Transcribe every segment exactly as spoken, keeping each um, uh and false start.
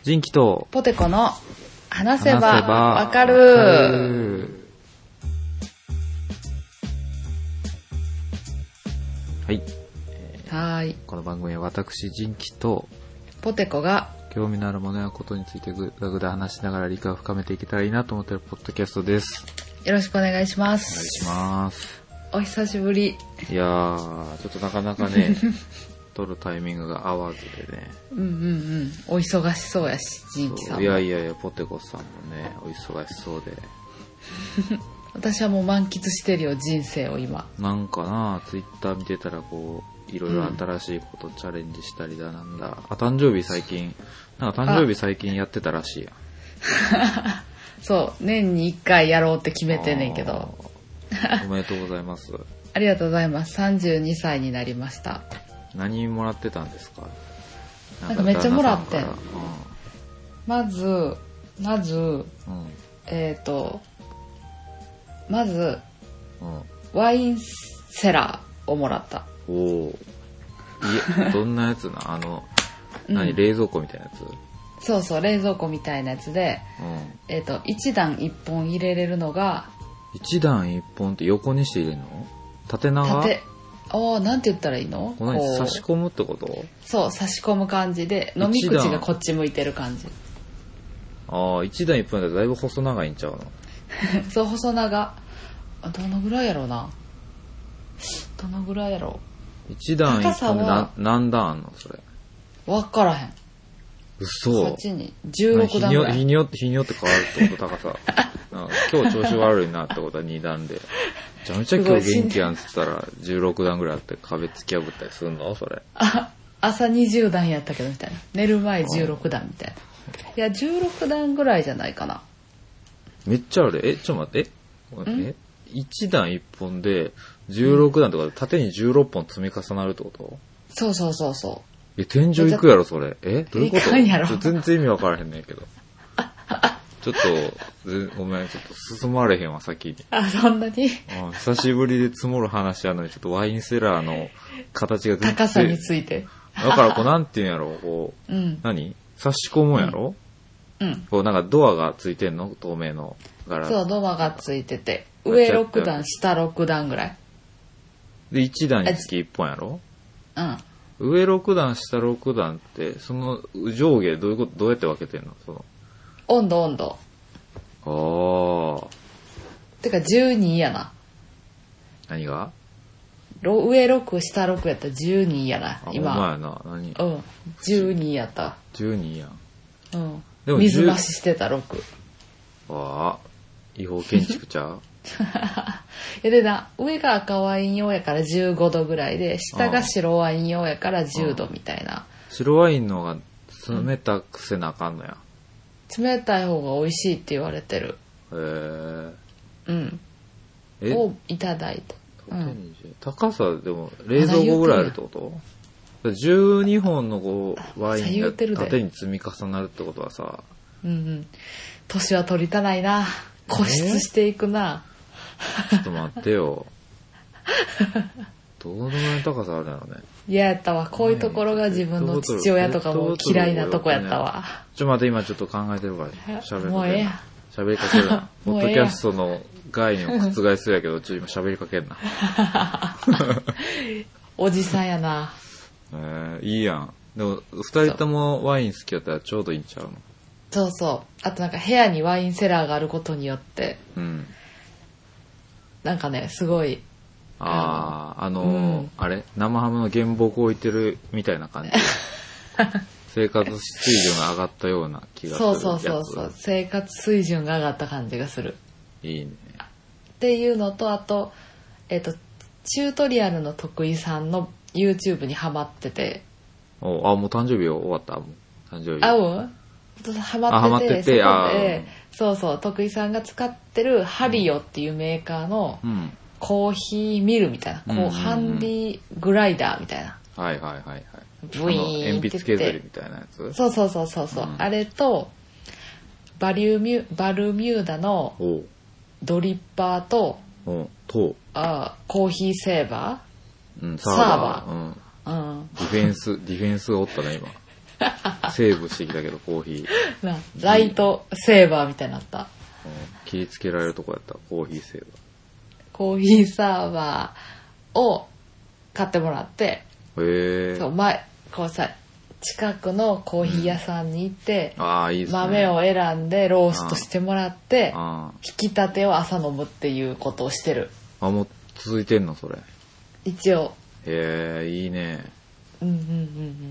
ジンキとポテコの話せばわかる。 はい、 えー、はーい。 この番組は私ジンキとポテコが興味のあるものやことについてぐだぐだ話しながら理解を深めていけたらいいなと思っているポッドキャストです。 よろしくお願いします。 お願いします。 お久しぶり。 いやーちょっとなかなかね撮るタイミングが合わずでね。 うんうんうん。お忙しそうやし、ジンキさんも。 いやいやいや、ポテコさんもねお忙しそうで私はもう満喫してるよ、人生を今。 なんかな、ツイッター見てたらこういろいろ新しいことチャレンジしたりだなんだ、うん、あ、誕生日最近なんか誕生日最近やってたらしいやんそう、年にいっかいやろうって決めてんねんけどおめでとうございますありがとうございます。さんじゅうにさいになりました。 何もらってたんですか？ なんかめっちゃもらってん、うん、まずまず、うん、えっ、ー、とまず、うん、ワインセラーをもらった。 おお。いや、どんなやつなあの、何、うん、冷蔵庫みたいなやつ？ そうそう、冷蔵庫みたいなやつで、うん、えっ、ー、と一段一本入れれるのが、 一段一本って横にして入れるの？縦長？ 縦。ああ、なんて言ったらいいの？ この差し込むってこと？ そう、差し込む感じで、飲み口がこっち向いてる感じ。 ああ、一段一本だとだいぶ細長いんちゃうの？ そう、細長。どのぐらいやろうな。どのぐらいやろう。一段一本で何, 何段あんのそれ？ わからへん。 嘘。 そっちにじゅうろくだんぐらい。 日によって日によって変わるってこと高さ。今日調子悪いなってことはにだんで。めちゃめちゃ今日元気やんっつったらじゅうろくだんぐらいあって壁突き破ったりするのそれ？ あ、朝にじゅうだんやったけどみたいな。寝る前じゅうろくだんみたいな。いやじゅうろくだんぐらいじゃないかな。めっちゃある。え、ちょっと待って。え、一段一本でじゅうろくだんとかで縦にじゅうろっぽん積み重なるってこと？ そうそうそうそう。 え、天井行くやろそれ。え、どういうこと？ やろ全然意味わからへんねんけど。ちょっとごめん、ちょっと進まれへんわ先に。 あ、そんなに？ あ、久しぶりで積もる話やのにちょっとワインセラーの形が全然高さについて。 だからこうなんていうんやろこう、うん、何差し込むんやろ？うん。こうなんかドアがついてんの？透明のガラス。 そう、ドアがついてて、上ろくだん、下ろくだんぐらい。 でいちだんにつきいっぽんやろ？うん。上ろくだん、下ろくだんってその上下どういうこと？どうやって分けてんの？その温度温度。 ああ。 てかじゅうにやな。 何が？ 上ろく下ろくやったらじゅうにやな今。 ほんまやな。何？ うん。じゅうにやった。 じゅうにやん。 うん。でも水増ししてたろく。 ああ。違法建築ちゃう？ いやでな、上が赤ワイン用やからじゅうごどぐらいで、下が白ワイン用やからじゅうどみたいな。 白ワインの方が冷たくせなあかんのや。 冷たい方が美味しいって言われてる。 へえ。 うん。えをいただいて。うん、 高さでも冷蔵庫ぐらいあるってこと？じゅうにほんのこうワインが縦に積み重なるってことはさ。 うんうん。年は取りたないな。固執していくな。 ちょっと待ってよ。どのぐらいの高さあるんだろうね。 嫌やったわ。こういうところが自分の父親とかも嫌いなとこやったわ。 ちょっと待って、今ちょっと考えてるから喋る。 もうええや。 喋りかけるな。ポッドキャストの概念を覆すやけど、ちょっと今喋りかけんな。 おじさんやな。 えー、いいやん。でも二人ともワイン好きやったらちょうどいいんちゃうの？ そうそう。あとなんか部屋にワインセラーがあることによって、うん、なんかねすごい。 ああ、あのーうん、あれ生ハムの原木を置いてるみたいな感じ生活水準が上がったような気がする。 そうそうそうそう、生活水準が上がった感じがする。 いいねっていうのと、あとえっ、ー、とチュートリアルの徳井さんの YouTube にハマってて。 おあもう誕生日終わった。もう誕生日あうんハマってて、っててそこでそうそう徳井さんが使ってるハリオっていうメーカーの、うんコーヒーミルみたいな、こう、うんうんうん、ハンディグライダーみたいな。 はいはいはいはい。 ブイーンって鉛筆削りみたいなやつ。 そうそうそうそうそう、うん。あれとバリューミュバルミューダのドリッパーと、 とあコーヒーセーバー、うん、サーバー、サーバー、うんうん、ディフェンスディフェンスがおったね今。 セーブしてきたけど、コーヒー。 なライトセーバーみたいになった。 うん、切りつけられるとこやった、コーヒーセーバー。 コーヒーサーバーを買ってもらって、 へえ。 そう、前、こうさ、近くのコーヒー屋さんに行って、 うん、ああ、いいですね。 豆を選んでローストしてもらって、 ああ引き立てを朝飲むっていうことをしてる。 あ、もう続いてんのそれ。 一応。 へえ、いいね。 うんうんうんうん。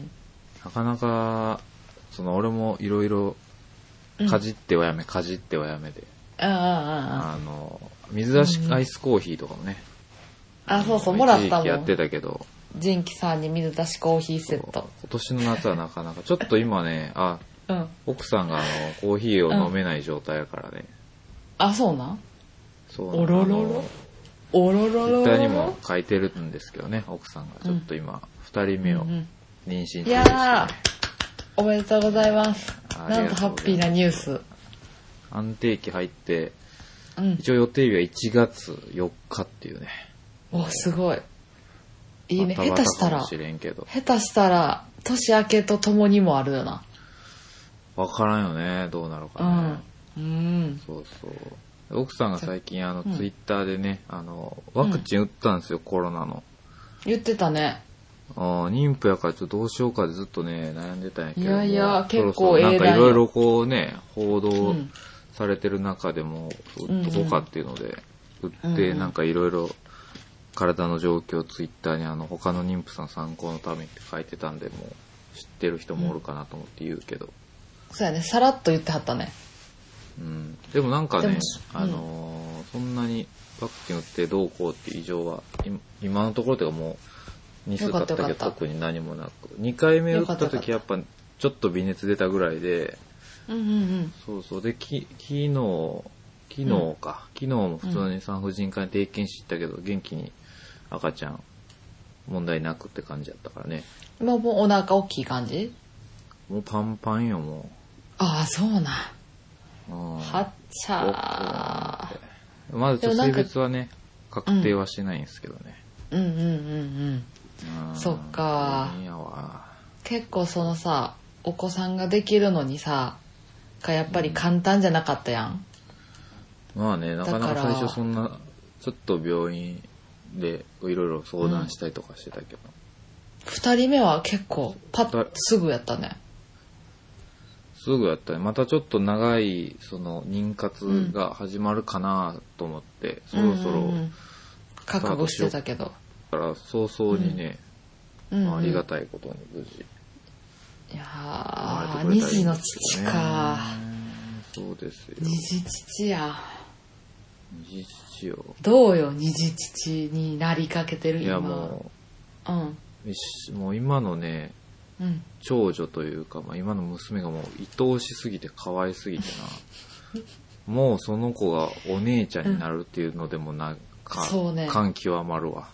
なかなか、その俺もいろいろ、かじってはやめ、かじってはやめで。 あああああの、水出しアイスコーヒーとかもね。 うんうん、あ、そうそう、もらったもん。 やってたけど。 ジンキさんに水出しコーヒーセット。 今年の夏はなかなか、ちょっと今ね、あ、 うん、 奥さんがあの、コーヒーを飲めない状態やからね。うん、 あ、そうなんそうおろろろおろろろツイッターにも書いてるんですけどね、奥さんがちょっと今、二、うん、人目を妊娠中です、ね、 いやー、おめでとうございます。なんとハッピーなニュース。 安定期入って、 うん、 一応予定日はいちがつよっかっていうね。 お、すごい。いいね。下手したら、下手したら、年明けとともにもあるよな。 わからんよね、どうなるかね。 うん。うん。 そうそう。奥さんが最近あの、ツイッターでね、あの、ワクチン打ったんですよ、うん、コロナの。 言ってたね。 ああ、妊婦やからちょっとどうしようかでずっとね、悩んでたんやけど。 いやいや、結構ええなんかいろいろこうね、報道されてる中でも、うん、どこかっていうので、打って、うん、なんかいろいろ体の状況をツイッターにあの、他の妊婦さん参考のためにって書いてたんで、もう知ってる人もおるかなと思って言うけど。うん、 そうやね、さらっと言ってはったね。 うん、でもなんかね、うん、あのー、そんなにワクチン打ってどうこうっていう異常は今のところというかもうに数経ったけど特に何もなくにかいめ打った時やっぱちょっと微熱出たぐらいで、 うんうんうん、 そうそうでき昨日昨日か、うん、昨日も普通に産婦人科に定検し行ったけど、うん、元気に赤ちゃん問題なくって感じだったからね。 もうもうお腹大きい感じ？ もうパンパンよもう。 ああそうな。はっちゃー。 まだちょっと性別はね確定はしないんですけどね。 うんうんうんうんうん。そっか。結構そのさお子さんができるのにさがやっぱり簡単じゃなかったやん。 うん、まあねなかなか最初そんなちょっと病院でいろいろ相談したりとかしてたけど。 二、うん、人目は結構パッとすぐやったね。 すぐやったね。またちょっと長いその妊活が始まるかなと思って、うん、そろそろ、うんうん、 覚悟してたけど。 だから早々にね、うんまあ、ありがたいことに無事。 いやー、二児の父か。 そうですよ。 二児父や。 二児父よ。 どうよ二児父になりかけてる今。 いやもう、うん、もう今のね。うん、長女というか、まあ、今の娘がもう愛おしすぎて可愛すぎてなもうその子がお姉ちゃんになるっていうのでもなんか、うんね、感極まるわ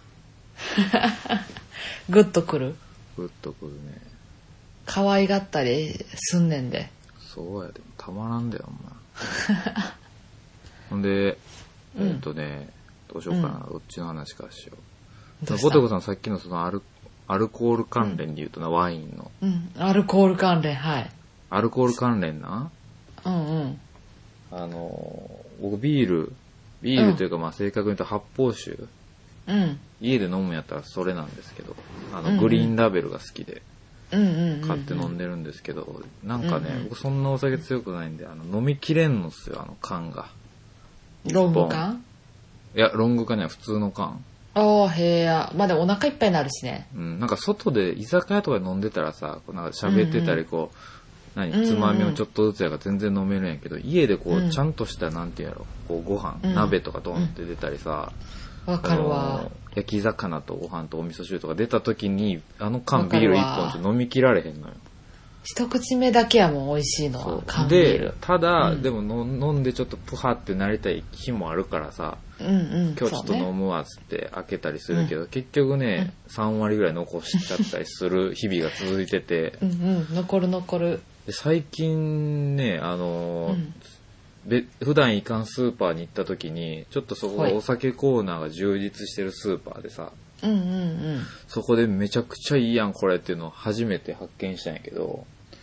グッとくるグッとくるね。 可愛がったりすんねんで。 そうやでたまらんだよお前ほんでえー、っとねどうしようかな、うん、どっちの話からしよう。ポテコさんさっきのそのアルアルコール関連で言うとな、うん、ワインの。 うん、アルコール関連、はい。 アルコール関連な。 うんうん。 あの、僕ビール、ビールというか、まあ正確に言うと発泡酒。 うん。 家で飲むんやったらそれなんですけど、あの、グリーンラベルが好きで、買って飲んでるんですけど、なんかね、うんうん、僕そんなお酒強くないんで、あの、飲みきれんのっすよ、あの缶が。 ロング缶？ いや、ロング缶には普通の缶。 ああ、へえ。まあでもお腹いっぱいになるしね。 うん、なんか外で居酒屋とかで飲んでたらさ、こうなんか喋ってたりこう、うんうん、何つまみをちょっとずつやから全然飲めるんやけど、家でこう、うん、ちゃんとしたなんていうやろ、こうご飯、うん、鍋とかドンって出たりさ、わ、 うん、かるわ。 焼き魚とご飯とお味噌汁とか出た時にあの缶ビール一本じゃ飲みきられへんのよ。 一口目だけはもう美味しいのは缶ビール。 でただ、うん、でも飲んでちょっとプハってなりたい日もあるからさ、 うんうん、 今日ちょっと飲むわっつって開けたりするけど、ね、結局ね、うん、さんわりぐらい残しちゃったりする日々が続いててうん、うん、残る残る。 で最近ねあのーうんで普段行かんスーパーに行った時にちょっとそこがお酒コーナーが充実してるスーパーでさ、 うんうんうん、 そこでめちゃくちゃいいやんこれっていうのを初めて発見したんやけど、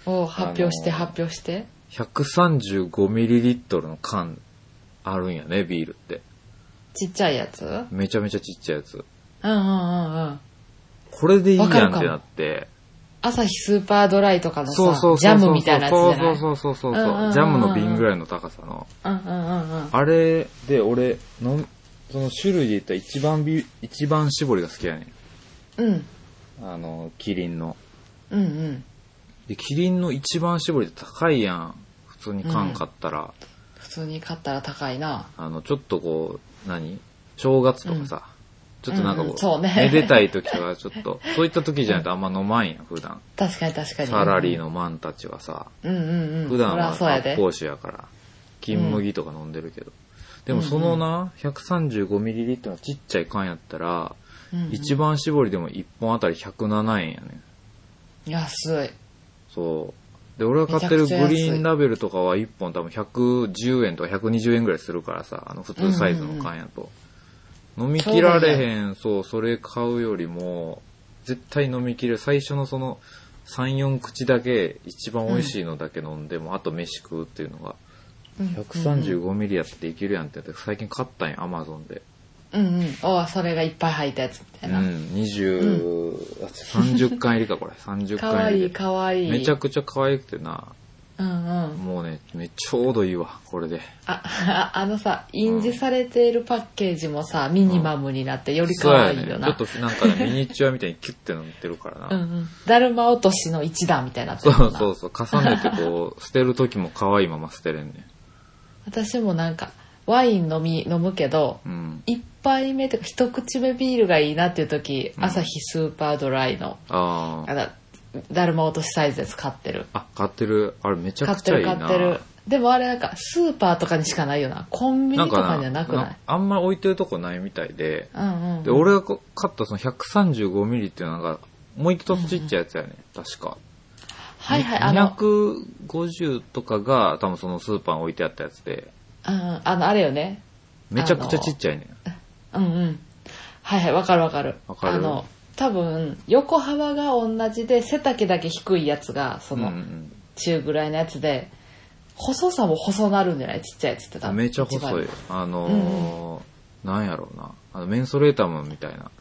お発表して発表して。 ひゃくさんじゅうごミリリットルの缶あるんやね、ビールって。 ちっちゃいやつ？ めちゃめちゃちっちゃいやつ。 うんうんうんうん。 これでいいやんってなって。 朝日スーパードライとかのさ、そうそうそうそうジャムみたいなやつじゃない？ そうそうそうそうそう、うんうんうん、ジャムの瓶ぐらいの高さの。 うんうんうんうん、あれで俺のその種類で言ったら一番ビ一番搾りが好きやねん。 うん。 あのキリンの。 うんうん。 でキリンの一番搾りって高いやん。普通に缶買ったら、うん。 普通に買ったら高いな。 あのちょっとこう何正月とかさ。うんちょっとなんかこう、うんそうね、めでたい時とかちょっと、そういった時じゃないとあんま飲まんやん、普段。 確かに確かに。 サラリーのマンたちはさ、 うんうんうん、 普段は発泡酒やから、金麦とか飲んでるけど。うん、でもそのな、ひゃくさんじゅうごミリリットルのちっちゃい缶やったら、うんうん、一番搾りでもいっぽんあたりひゃくななえんやねん。安い。 そう。で、俺が買ってるグリーンラベルとかはいっぽん多分ひゃくじゅうえんとかひゃくにじゅうえんぐらいするからさ、あの普通サイズの缶やと。うんうんうん飲み切られへん、そう、それ買うよりも、絶対飲み切れる。最初のその、さん、よん口だけ、一番美味しいのだけ飲んでも、うん、あと飯食うっていうのが、ひゃくさんじゅうごミリやってできるやんって言って、最近買ったんや、アマゾンで。 うんうん。おそれがいっぱい入ったやつみたいな。 うん、にじゅう、うん、さんじゅっかん入りか、これ。さんじゅっかん入り。 かわいい、かわいい。 めちゃくちゃ可愛くてな。 うんうん、 もうね、めちょうどいいわ、これで。 あ、あのさ、印字されているパッケージもさ、うん、ミニマムになってより可愛いよな。 そうやね、ちょっとなんか、ね、ミニチュアみたいにキュッてなってるからな。 うんうん。だるま落としの一段みたいになってるな。 そうそうそう。重ねてこう、捨てる時も可愛いまま捨てれんねん。 私もなんか、ワイン飲み、飲むけど、うん、一杯目とか一口目ビールがいいなっていう時、うん、朝日スーパードライの、ああ。だるま落としサイズです買ってる。 あ、買ってる。あれめちゃくちゃいいな。買ってる買ってる。 でもあれなんかスーパーとかにしかないよな。コンビニとかにはなくない？ なんかな、あんま置いてるとこないみたいで。 うんうんうん、 で、俺が買ったそのひゃくさんじゅうごミリっていうのが、もう一つちっちゃいやつやね、うんうん、確か。 はいはい、あの。 にひゃくごじゅうとかが多分そのスーパーに置いてあったやつで。 うん、あの、あれよね。 めちゃくちゃちっちゃいね。 うんうん。はいはい、わかるわかる。 わかる。あの、 多分横幅が同じで背丈だけ低いやつがその中ぐらいのやつで、うんうん、細さも細なるんじゃない？ちっちゃいやつって多分めっちゃ細い。あのーうんうん、なんやろうな、あのメンソレータムみたいな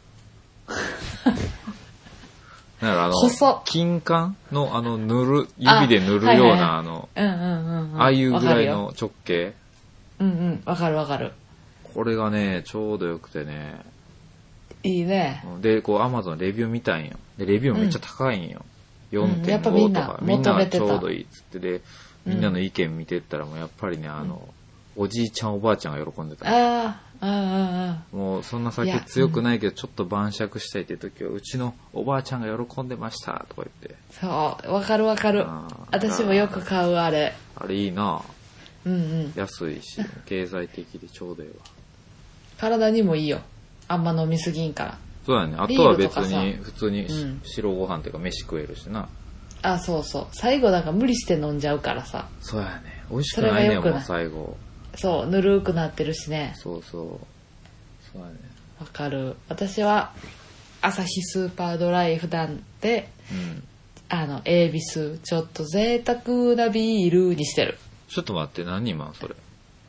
なんやろ、あの金管のあの塗る指で塗るようなあのああいうぐらいの直径。 うんうんわかるわかる。 これがねちょうどよくてね。 いいね。 で、こう、アマゾンレビュー見たんよ。で、レビューもめっちゃ高いんよ。うん、よんてんご とか、みんながちょうどいいっつって、で、みんなの意見見てったら、もうやっぱりね、あの、うん、おじいちゃんおばあちゃんが喜んでた。 ああ、ああ、 もう、そんな酒強くないけど、ちょっと晩酌したいっていう時は、うちのおばあちゃんが喜んでました、とか言って。 そう、わかるわかる。私もよく買う、あれ。 あれいいな。 うんうん。 安いし、経済的でちょうどいいわ。 体にもいいよ。あんま飲みすぎんから。 そうだね。あとは別に普通に白ご飯っていうか飯食えるしな。 うん、あ、そうそう。最後なんか無理して飲んじゃうからさ。 そうやね。美味しくないねもう最後。 そう、ぬるくなってるしね。 そうそう。そうやね。 わかる。私は朝日スーパードライ普段で、うん、あのエービスちょっと贅沢なビールにしてる。 ちょっと待って、何今それ。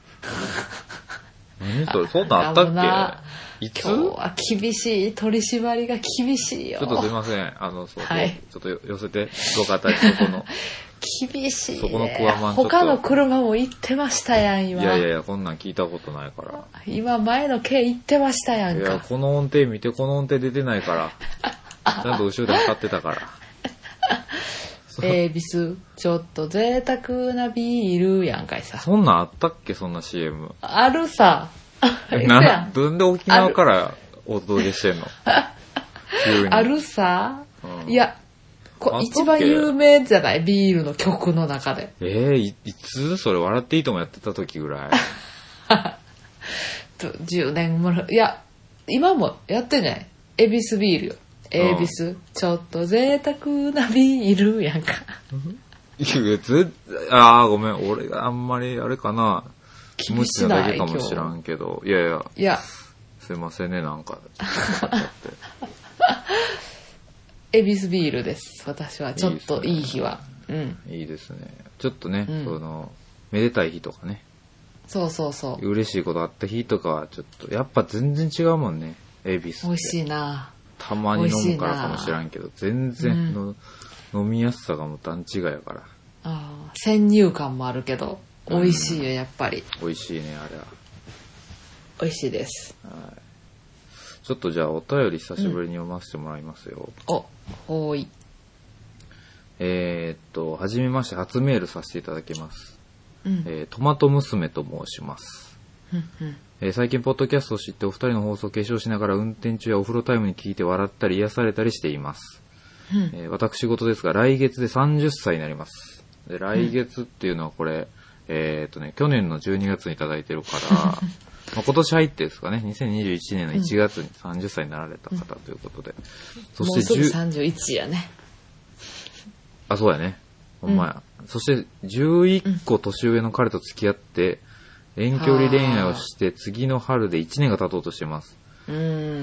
何それ、そんなんあったっけ？いつ？ 今日は厳しい、取り締まりが厳しいよ。 ちょっとすいません、あの、そう、 はい、 ちょっと寄せて、どうかあたり、そこの。 厳しい、ね。 そこのクワマンちょっと。 他の車も行ってましたやん、今。 いやいやいや、こんなん聞いたことないから。 今、前の軽行ってましたやんか。 いや、この音程見て、この音程出てないから。ちゃんと後ろで測ってたから。 エービス、ちょっと贅沢なビールやんかいさ。 そんなんあったっけ、そんな シーエム。 あるさ。 な、どんで沖縄からお届けしてんの？ あるさ、うん、いや、こ一番有名じゃないビールの曲の中で。 えー、い, いつそれ笑っていいともやってた時ぐらい。 じゅうねんもいや、今もやってんじゃないエビスビールよ。エビス、うん、ちょっと贅沢なビールやんか。 いや、ずああ、ごめん。俺があんまりあれかな。 厳しいなだけかもしらんけど。いやいや。 いや。 すいませんね、なんか。 エビスビールです。私は。ちょっといい日は。 うん、 いいですね。ちょっとね、 うん、 そのめでたい日とかね、 そうそうそう、 嬉しいことあった日とかはちょっとやっぱ全然違うもんね。恵比寿って美味しいな。 たまに飲むからかもしらんけど全然の、うん、飲みやすさがもう段違いやから。 ああ、先入観もあるけど美味しいよ、やっぱり。 美味しいね、あれは。 美味しいです。 はい。ちょっとじゃあお便り久しぶりに読ませてもらいますよ。 うん、お、ほーい。 えー、っとはじめまして、初メールさせていただきます。うん、えー、トマト娘と申します。うんうん、えー、最近ポッドキャストを知ってお二人の放送を化粧しながら運転中やお風呂タイムに聞いて笑ったり癒されたりしています。うん、えー、私事ですが来月でさんじゅっさいになります。で来月っていうのはこれ、うん、えー、っとね去年のじゅうにがつにいただいてるからまあ今年入ってですかね、にせんにじゅういちねんのいちがつにさんじゅっさいになられた方ということで、 うん、そしてもうすぐさんじゅういちやね。 あ、そうやね。ほんまや。うん、そしてじゅういっこ年上の彼と付き合って遠距離恋愛をして次の春でいちねんが経とうとしています。うん、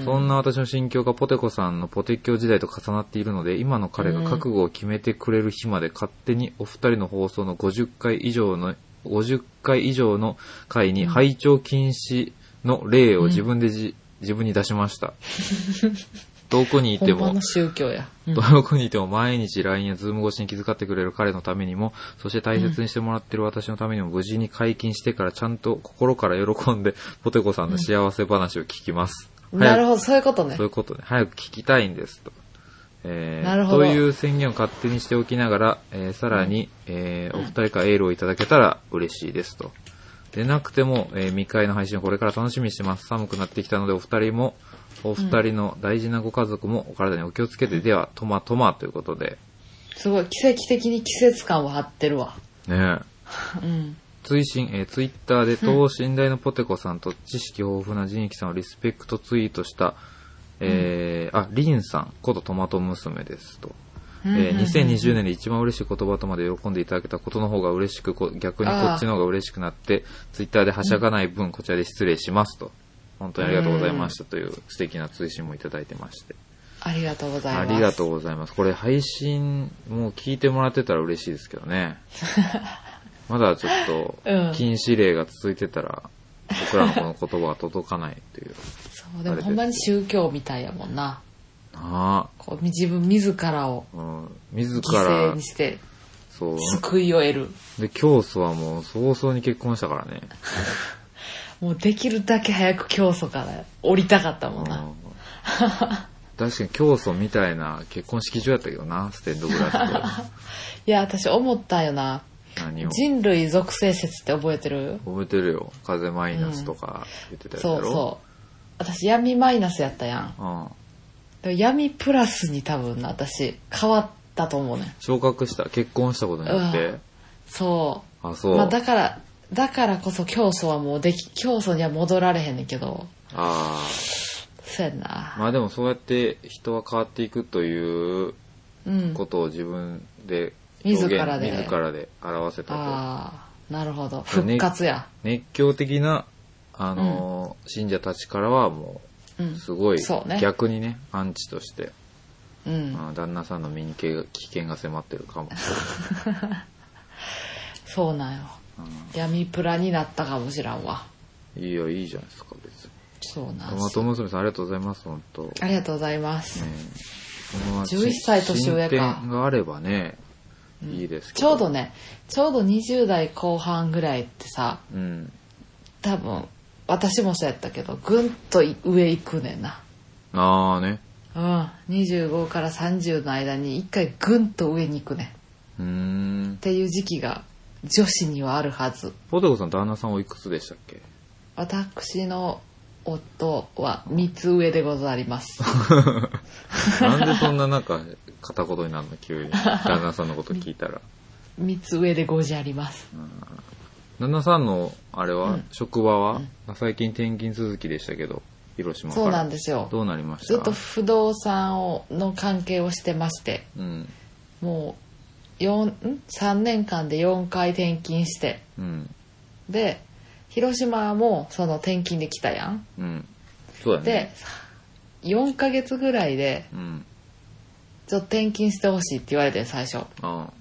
そんな私の心境がポテコさんのポテッキョ時代と重なっているので、今の彼が覚悟を決めてくれる日まで勝手にお二人の放送のごじゅっかい以上のごじゅっかい以上の回に拝聴禁止の例を自分でじ、うん、自分に出しました。どこにいても、 ほんまの宗教や、 うん、どこにいても毎日 ライン やズーム越しに気遣ってくれる彼のためにも、そして大切にしてもらっている私のためにも、無事に解禁してからちゃんと心から喜んでポテコさんの幸せ話を聞きます。 うん、なるほど、そういうことね。 そういうことね。早く聞きたいんですと。えー、なるほど。という宣言を勝手にしておきながら、えー、さらに、えー、お二人からエールをいただけたら嬉しいですと。でなくても、えー、未開の配信をこれから楽しみにしてます。寒くなってきたのでお二人もお二人の大事なご家族もお体にお気をつけて、うん、ではトマトマということで、 すごい奇跡的に季節感を張ってるわねえ、うん、追伸、えー、ツイッターで等身大のポテコさんと知識豊富な仁キさんをリスペクトツイートした、えーうん、あリンさんことトマト娘ですと、えー、にせんにじゅうねんで一番嬉しい言葉とまで喜んでいただけたことの方が嬉しく、逆にこっちの方が嬉しくなってツイッターではしゃがない分、うん、こちらで失礼しますと、本当にありがとうございましたという素敵な追伸もいただいてまして、 ありがとうございます。 ありがとうございます。これ配信もう聞いてもらってたら嬉しいですけどねまだちょっと禁止令が続いてたら、うん、僕らのこの言葉が届かないというそうでもほんまに宗教みたいやもんな。 ああ、 こう自分自らを自ら犠牲にしてそう救いを得る。 で教祖はもう早々に結婚したからねもうできるだけ早く教祖から降りたかったもんな確かに教祖みたいな結婚式場やったけどな、ステンドグラスといや私思ったよな。何を人類属性説って覚えてる？ 覚えてるよ。風マイナスとか言ってたやつだろ、うん、そうそう私闇マイナスやったやん、うん闇プラスに多分な私変わったと思うね。 昇格した、結婚したことによって、うん、 そうあそう、 まあ、だからだからこそ教祖はもうでき教祖には戻られへんねんけど、ああそうやな。 まあでもそうやって人は変わっていくということを自分で表現、自らで自らで表せたと。 ああなるほど、復活や、 ね、熱狂的なあの、うん、信者たちからはもうすごい、うんね、逆にねアンチとして、うんまあ、旦那さんの身に危険が迫ってるかもしれないそうなんよ、うん、闇プラになったかもしらんわ。 いいよいいじゃないですか別に。 そうなんです。 トマト娘さんありがとうございます。本当ありがとうございます、ね、じゅういっさい年上か。 進展があればね、うん、いいですけどちょうどねちょうどにじゅう代後半ぐらいってさ、うん、多分私もそうやったけどぐんと上行くねんな。 ああね。 うん。にじゅうごからさんじゅうの間に一回ぐんと上に行くねん。うーん。っていう時期が女子にはあるはず。 ポテコさん旦那さんおいくつでしたっけ？ 私の夫はみっつ上でございますなんでそんななんか片言になるの急に旦那さんのこと聞いたらみっつ上でごじあります。 旦那さんのあれは、うん、職場は、うん、最近転勤続きでしたけど広島から。 そうなんですよ。 どうなりました？ ずっと不動産をの関係をしてまして、うん、もうよんさんねんかんでよんかい転勤して、うん、で広島もその転勤で来たやん、うん、 そうだね。 でよんかげつぐらいで、うん、ちょっと転勤してほしいって言われて最初。ああ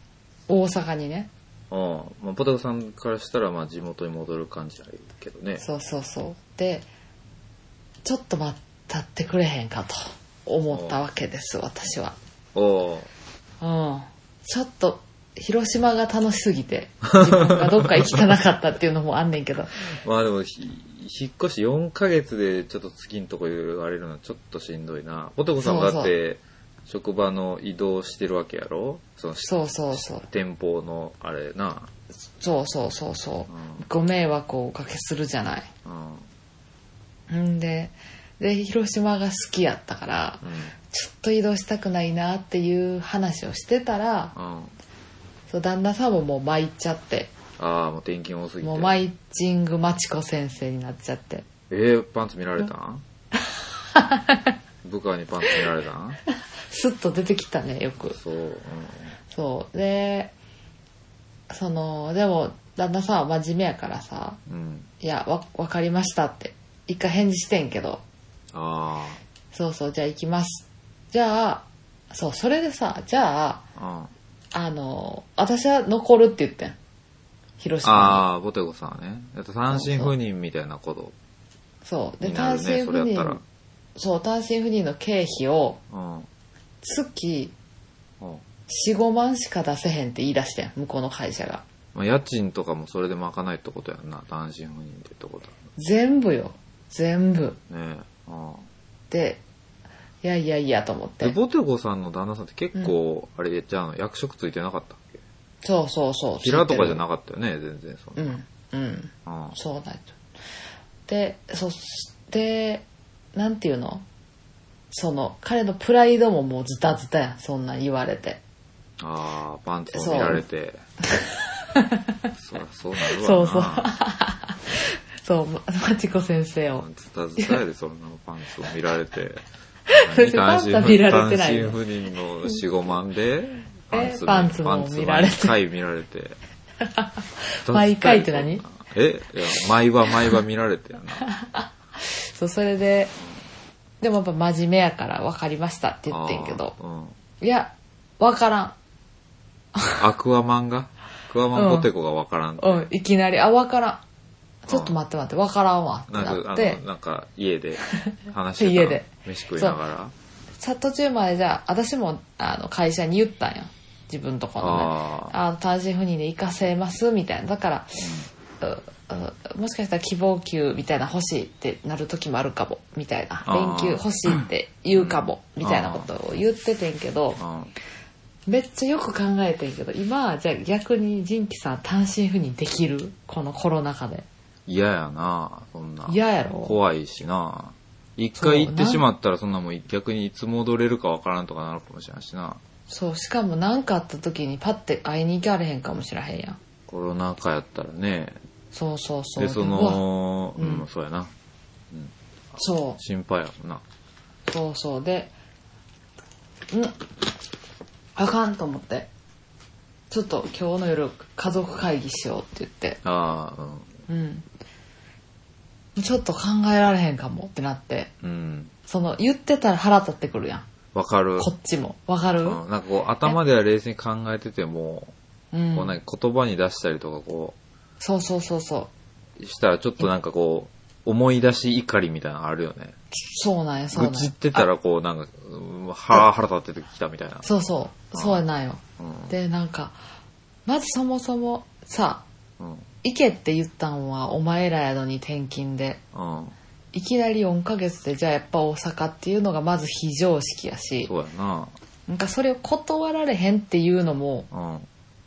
大阪にね。 ああ、まあ、ポテコさんからしたらまあ地元に戻る感じだけどね。 そうそうそうでちょっと待ったってくれへんかと思ったわけです私は。 おうん、ちょっと広島が楽しすぎて自分がどっか行きたなかったっていうのもあんねんけどまあでも引っ越しよんかげつでちょっと次のとこ言われるのはちょっとしんどいな。ポテコさんがだって職場の移動してるわけやろ。そのそうそうそう店舗のあれな。 そうそうそうそう、うん、ご迷惑をおかけするじゃない、うん、んでで広島が好きやったから、うん、ちょっと移動したくないなっていう話をしてたら、うん、そう旦那さんももう参っちゃって、 ああもう転勤多すぎてもうマイチングマチコ先生になっちゃって。 えー、パンツ見られたん部下にパンツ見られたんスッと出てきたねよく。 そう、うん、 そうでそのでも旦那さんは真面目やからさ、うん、いやわ分かりましたって一回返事してんけど、 あそうそうじゃあ行きます、じゃあそうそれでさじゃあ、うん、あの私は残るって言ってん広島に。 ああボテゴさんはね単身赴任みたいなことそうで単身赴任そう単身赴任の経費を月よん、ごまんしか出せへんって言い出してん向こうの会社が。 まあ、家賃とかもそれで賄えってことやんな単身赴任ってってことは。 全部よ全部ねえ、ああでいやいやいやと思って。 でボテゴさんの旦那さんって結構、うん、あれじゃあ役職ついてなかったっけ。 そうそうそう平とかじゃなかったよね全然。そんなうんうんああそうなんでそしてなんていうのその彼のプライドももうズタズタやんそんなん言われて。 ああパンツを見られてそりゃそうなるわな。 そうそうそうマチコ先生をズタズタやでそんなパンツを見られてパンツは見られてない、 単身赴任の よん、ごまんでパンツパンツも見られて毎回見られて毎回って何。 えいや毎話毎話見られてやなそうそれででもやっぱ真面目やから分かりましたって言ってんけど、うん、いや分からんアクアマンがアクアマンポテコが分からん、 うん、うん、いきなりあ分からんちょっと待って待って分からんわってなってなんか家で話してた家で飯食いながらさ途中までじゃあ私もあの会社に言ったんや自分とこのねあ単身赴任で行かせますみたいなだから、うん、もしかしたら希望給みたいな欲しいってなる時もあるかもみたいな連休欲しいって言うかもみたいなことを言っててんけどめっちゃよく考えてんけど今はじゃあ逆にジンキさん単身赴任できるこのコロナ禍で。 嫌やなそんな嫌やろ怖いしな一回行ってしまったらそんなもん逆にいつ戻れるかわからんとかなるかもしれんしな。 そうしかも何かあった時にパッて会いに行かれへんかもしれへんやんコロナ禍やったらね。 そうそうそうでそのうん、うん、そうやな、うん、 そう心配やもんな。 そうそうでんあかんと思ってちょっと今日の夜家族会議しようって言ってああうん、 うん、ちょっと考えられへんかもってなって、 うん、 その言ってたら腹立ってくるやん。 わかる。 こっちもわかる、 うん、なんかこう頭では冷静に考えてても、うん、こうなんか言葉に出したりとかこうそうそうそうそうしたらちょっとなんかこう思い出し怒りみたいなのあるよね。 そうなんやそうなんや。 愚痴ってたらこうなんか腹腹立ってきたみたいな。 そうそうそうやなんよ、うん、でなんかまずそもそもさ、うん、行けって言ったんはお前らやのに転勤で、うん、いきなりよんかげつでじゃあやっぱ大阪っていうのがまず非常識やしそうやな。 なんかそれを断られへんっていうのも、うん、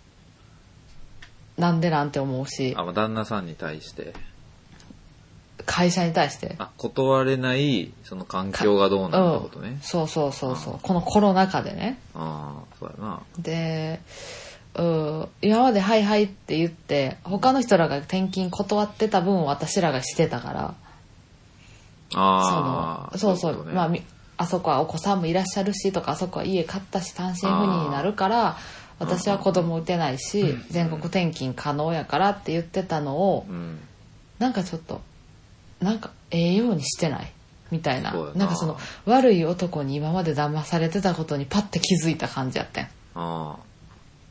なんでなんて思うし。 あ旦那さんに対して会社に対してあ断れないその環境がどうなるってことね、 うん、そうそうそうそうこのコロナ禍でね。 ああそうやな。 でう今まではいはいって言って他の人らが転勤断ってた分を私らがしてたからあそのそうそう、ね、まああそこはお子さんもいらっしゃるしとかあそこは家買ったし単身赴任になるから私は子供打てないし、うん、全国転勤可能やからって言ってたのを、うん、なんかちょっとなんかええようにしてないみたい な, な, なんかその悪い男に今まで騙されてたことにパッて気づいた感じやってん。 あ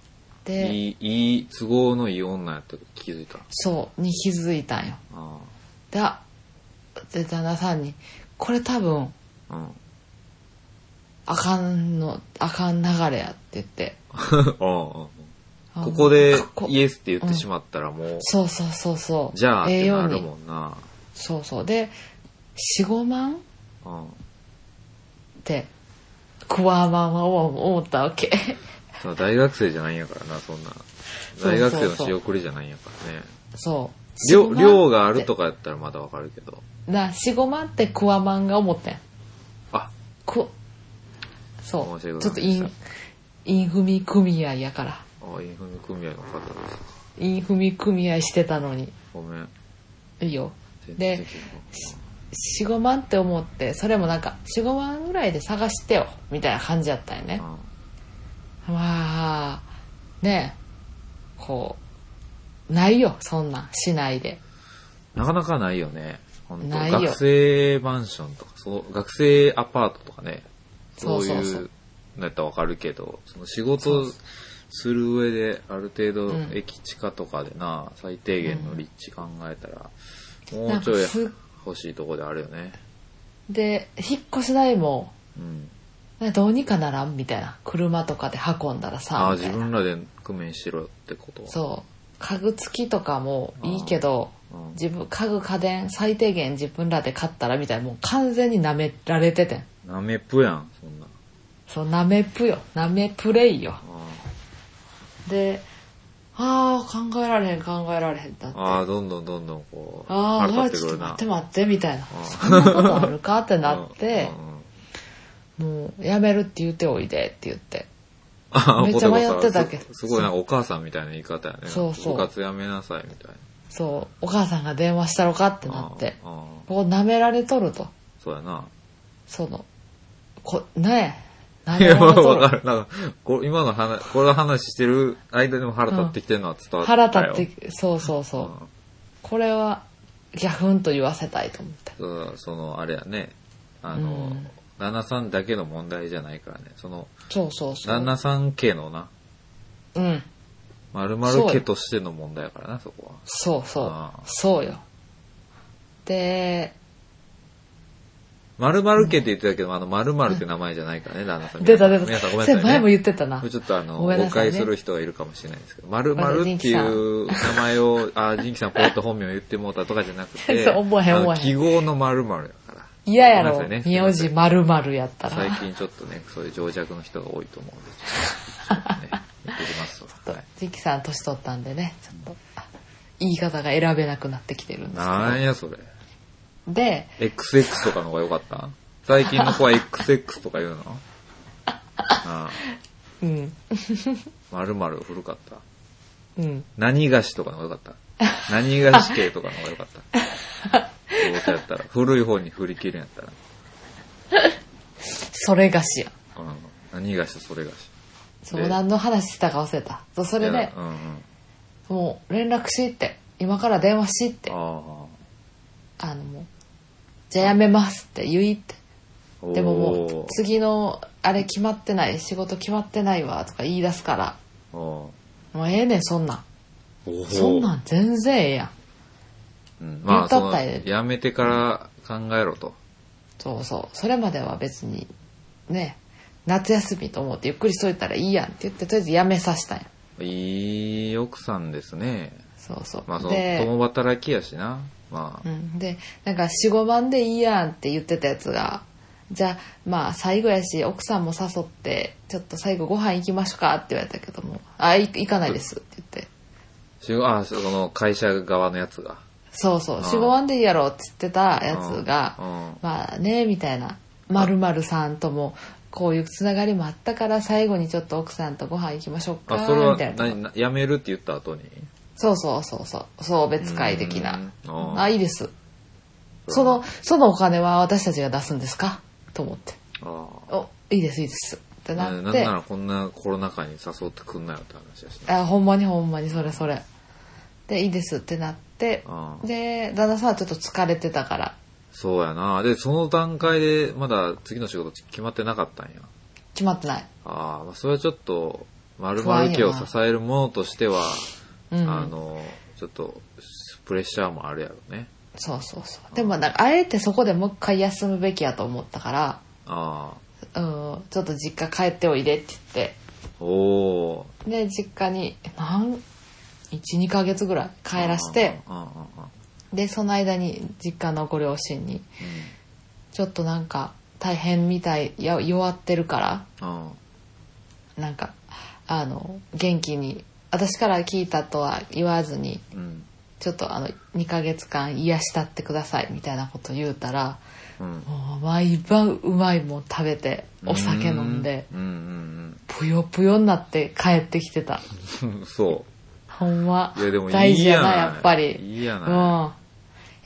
でいい、いい、都合のいい女やったと気づいた。 そうに気づいたんよ。 あで、あで旦那さんにこれ多分、 うん、 あかんのあかん流れやって言って。 ああここでイエスって言ってしまったらもう、うん、 そうそうそうそうじゃあってなるもんな。 そうそうでよん、ごまん、うん、ってクワマンは思ったわけ。 大学生じゃないんやからな、そんな大学生の仕送りじゃないんやからね。 そう量, 量があるとかやったらまだわかるけどな、よん、ごまんってクワマンが思ったん。 あくそうちょっとインインフミ組合やから。 あ、インフミ組合の方ですか。 インフミ組合してたのに。 ごめん。 いいよ。で、よん、ごまんって思って、それもなんか、よん、ごまんぐらいで探してよ、みたいな感じやったんよね。うん、まあ、ねえ、こう、ないよ、そんなん、しないで。 なかなかないよね。本当ないよ。 学生マンションとか、そう、学生アパートとかね、そういうのやったらわかるけど、その仕事する上である程度駅地下とかでな、うん、最低限の立地考えたら、うん、もうちょい欲しいとこであるよね。 で、引っ越し代も、 うん、 どうにかならんみたいな。車とかで運んだらさ、 あ、自分らで工面しろってこと。 そう。家具付きとかもいいけど、うん、自分家具家電最低限自分らで買ったらみたいな、もう完全に舐められててん。 舐めぷやん、そんな。 そう、舐めぷよ。舐めプレイよ。で、ああ、考えられへん、考えられへんだって。 ああ、どんどんどんどんこう、 ああ、ちょっと待って待って、みたいな。そんなことあるかってなって、もう、やめるって言っておいでって言って。めっちゃ迷ってたけど。 すごいなんかお母さんみたいな言い方やね。 そうそう。 部活やめなさいみたいな。 そう、お母さんが電話したろかってなって。ここ舐められとると。 そうやな。 その、こ、ねえ。 いや、わかる。なんか、こ今の話、これ話してる間でも腹立ってきてるのは伝わったよ、うん、 腹立って、そうそうそう。うん、これは、ギャフンと言わせたいと思って。 そう、その、あれやね。あの、うん、旦那さんだけの問題じゃないからね。その、 そうそうそう。 旦那さん家のな。 うん。 丸々家としての問題やからな、そこは。 そうそう。そうよ。で、 〇〇家って言ってたけど、あの、〇〇って名前じゃないからね、旦那さん。 出た出た。 皆さんごめんなさい、ね。 前も言ってたな。 ちょっとあの、誤解する人がいるかもしれないですけど、〇〇っていう名前を、あ、ジンキさんポロッと本名を言ってもうたとかじゃなくて、 思えへん思えへん。 記号の〇〇やから。 嫌やろ、ね、名字〇〇やったら。 最近ちょっとね、そういう情弱の人が多いと思うんで、ちょっとね、言っておきますと。 はい、ジンキさん年取ったんでね、ちょっと、言い方が選べなくなってきてるんですけど。 なんやそれ。 で、 エックスエックス とかの方が良かった最近の子は エックスエックス とか言うのああうん。 〇〇古かった。 うん。 何菓子とかの方が良かった何菓子系とかの方が良かったどうせやったら。古い方に振り切るんやったら。 それ菓子や。 うん。何菓子それ菓子。 そう、何の話したか忘れた。そう、それで、 うんうん、 もう連絡しって。今から電話しって。 ああのもう、じゃあやめますって言いって。でももう次のあれ決まってない仕事決まってないわとか言い出すからもうええねんそんなんそんなん全然ええやん、 うん、まあそのやめてから考えろと、 そうそうそれまでは別にね夏休みと思ってゆっくりしといたらいいやんって言ってとりあえずやめさせたんや。 いい奥さんですね。 そうそう。 まあその共働きやしなまあ、 うん、でなんか よん、ごまんでいいやんって言ってたやつがじゃあまあ最後やし奥さんも誘ってちょっと最後ご飯行きましょうかって言われたけどもあ行かないですって言ってあその会社側のやつがそうそうよん、ごまんでいいやろって言ってたやつがまあねみたいな〇〇さんともこういうつながりもあったから最後にちょっと奥さんとご飯行きましょうかみたいな。あそれは何やめるって言った後にそうそうそうそう送別会的なああいいですそのそのお金は私たちが出すんですかと思ってあおいいですいいですってなってなんならこんなコロナ禍に誘ってくんなよって話だし、ね、 あほんまにほんまにそれそれでいいですってなってで旦那さんはちょっと疲れてたからそうやなでその段階でまだ次の仕事決まってなかったんや。 決まってない。 ああそれはちょっと丸々家を支えるものとしては、 うん、 あのちょっとプレッシャーもあるやろね。 そうそうそう。でもなんかあえてそこでもう一回休むべきやと思ったから、 あ、 うん、ちょっと実家帰っておいでって言って、 おで実家に何いち、にかげつぐらい帰らして、でその間に実家のご両親に、うん、ちょっとなんか大変みたいや弱ってるから、なんかあの元気に私から聞いたとは言わずに、うん、ちょっとあのにかげつかん癒したってくださいみたいなこと言うたら、うん、もう毎晩うまいもん食べてお酒飲んで、うんうんうん、ぷよぷよになって帰ってきてた。 そうほんまいやでもいい大事やなやっぱり。 いいやな、 うん、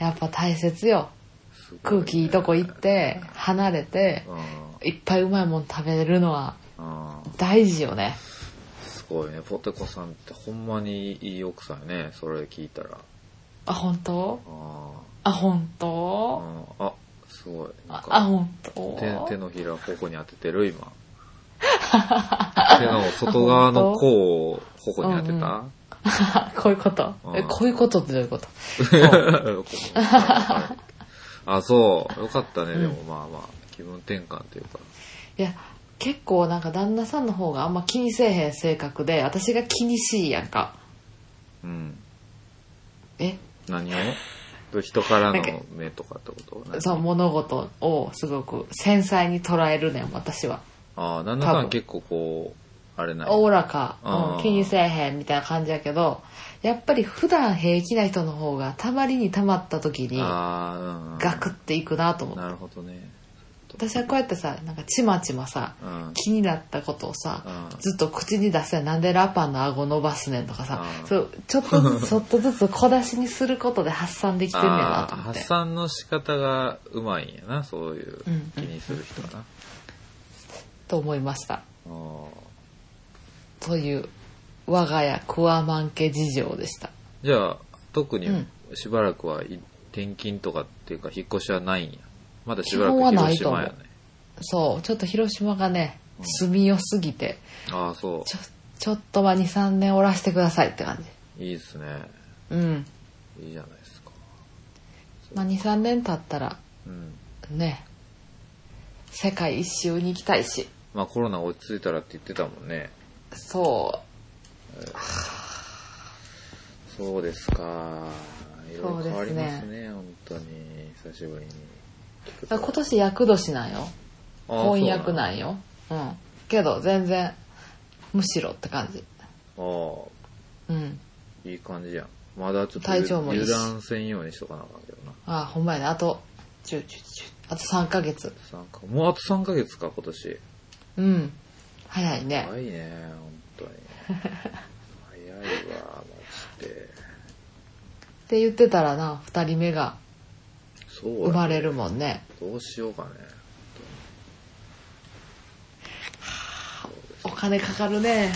やっぱ大切よ、ね、空気いいとこ行って離れていっぱいうまいもん食べるのは大事よね。 すごいね、ポテコさんってほんまにいい奥さんね、それ聞いたら。 あ、本当？あ、本当？ あ、すごい。 あ、あ、本当？ 手、手のひら頬に当ててる今。手の外側の甲を頬に当てた、うんうん、 こういうことえ、こういうことってどういうことあ、そうよかったね、うん、でもまあまあ気分転換っていうか、 いや結構なんか旦那さんの方があんま気にせえへん性格で、私が気にしいやんか。うん。え？ 何を？人からの目とかってこと？ そう、物事をすごく繊細に捉えるねん私は。 ああ、旦那さん結構こうあれない。 おおらか、うん、気にせえへんみたいな感じやけど、やっぱり普段平気な人の方がたまりにたまった時にガクっていくなと思って。 なるほどね。 私はこうやってさ、なんかちまちまさ、うん、気になったことをさ、うん、ずっと口に出せ、なんでラパンの顎伸ばすねんとかさ、うん、そうちょっとずつちょっとずつ小出しにすることで発散できてんねやなと思って。 発散の仕方がうまいんやな、そういう気にする人はな、うんうんうん、 と思いました。という我が家クワマン家事情でした。 じゃあ特にしばらくは転勤とかっていうか引っ越しはないんや。まだしばらく広島やね。 そう、ちょっと広島がね、住みよすぎて、 うん、ああそうちょちょっとはにさんねんおらしてくださいって感じ。いいですね。 うん。 いいじゃないですか。 まあにさんねん経ったら、うん、ね、世界一周に行きたいし。 まあコロナ落ち着いたらって言ってたもんね。 そう。 えー、そうですか。いろいろ変わりますね、本当に久しぶりに。 今年厄年なんよ。翻訳なんよ。うん。けど全然むしろって感じ。 ああ。うん。いい感じやん。まだちょっと体調もいいし油断せんようにしとかなあかんけどな。 ああ、ほんまやね。あとじゅう、じゅう、じゅうあとさんかげつ。 もうあとさんかげつか今年。 うん。早いね。 早いね、本当に。早いわ、マジで。 って言ってたらな、ふたりめが生まれるもんね。 どうしようかね。 お金かかるね。かかるね。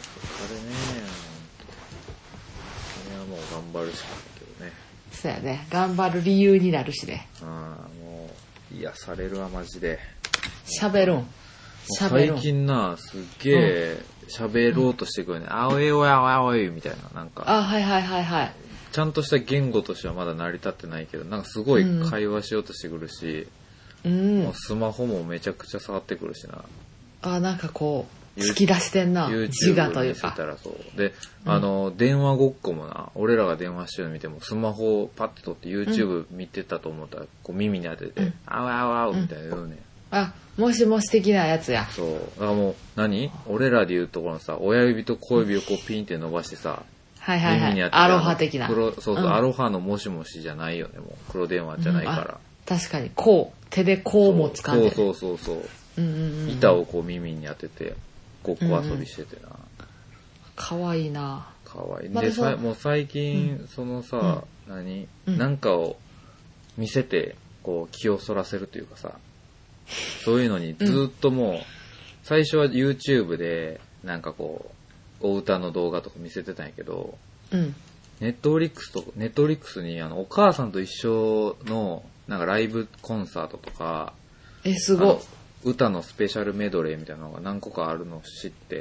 それはもう頑張るしかないけどね。 そうやね。頑張る理由になるしね。 ああ、もう癒されるわマジで。 喋るん。 最近な、すっげえ喋ろうとしてくるね。あおいおいおいおいみたいな、なんか。 あ、はいはいはいはい。 ちゃんとした言語としてはまだ成り立ってないけど、なんかすごい会話しようとしてくるし、うん、もうスマホもめちゃくちゃ触ってくるしな。 あ、なんかこう突き出してんな。自我というか。 見せたらそうで、うん、あの電話ごっこもな、俺らが電話してるの見てもスマホをパッと取って YouTube 見てたと思ったら、こう耳に当てて、うん、あわあわあわみたいな言うね、 うん。あ、もしもし的なやつや。 そう。だからもう何？俺らで言うところのさ、親指と小指をこうピンって伸ばしてさ。 はいはいはい。アロハ的な。 黒そうそう、うん、アロハのもしもしじゃないよね、もう黒電話じゃないから。うん、 確かにこう手でこうも掴んで、ね、 そうそうそうそう。うんうんうん、板をこう耳に当ててごっこ遊びしててな。 可愛、うんうん、いいな。 可愛い。でさもう最近、うん、そのさ、うん、何、うん、なんかを見せてこう気をそらせるというかさ、そういうのにずっともう、うん、最初は YouTube でなんかこう。お歌の動画とか見せてたんやけど、うん、ネットフリックスとネットフリックスにあのお母さんと一緒のなんかライブコンサートとか、 えすごい歌のスペシャルメドレーみたいなのが何個かあるのを知って、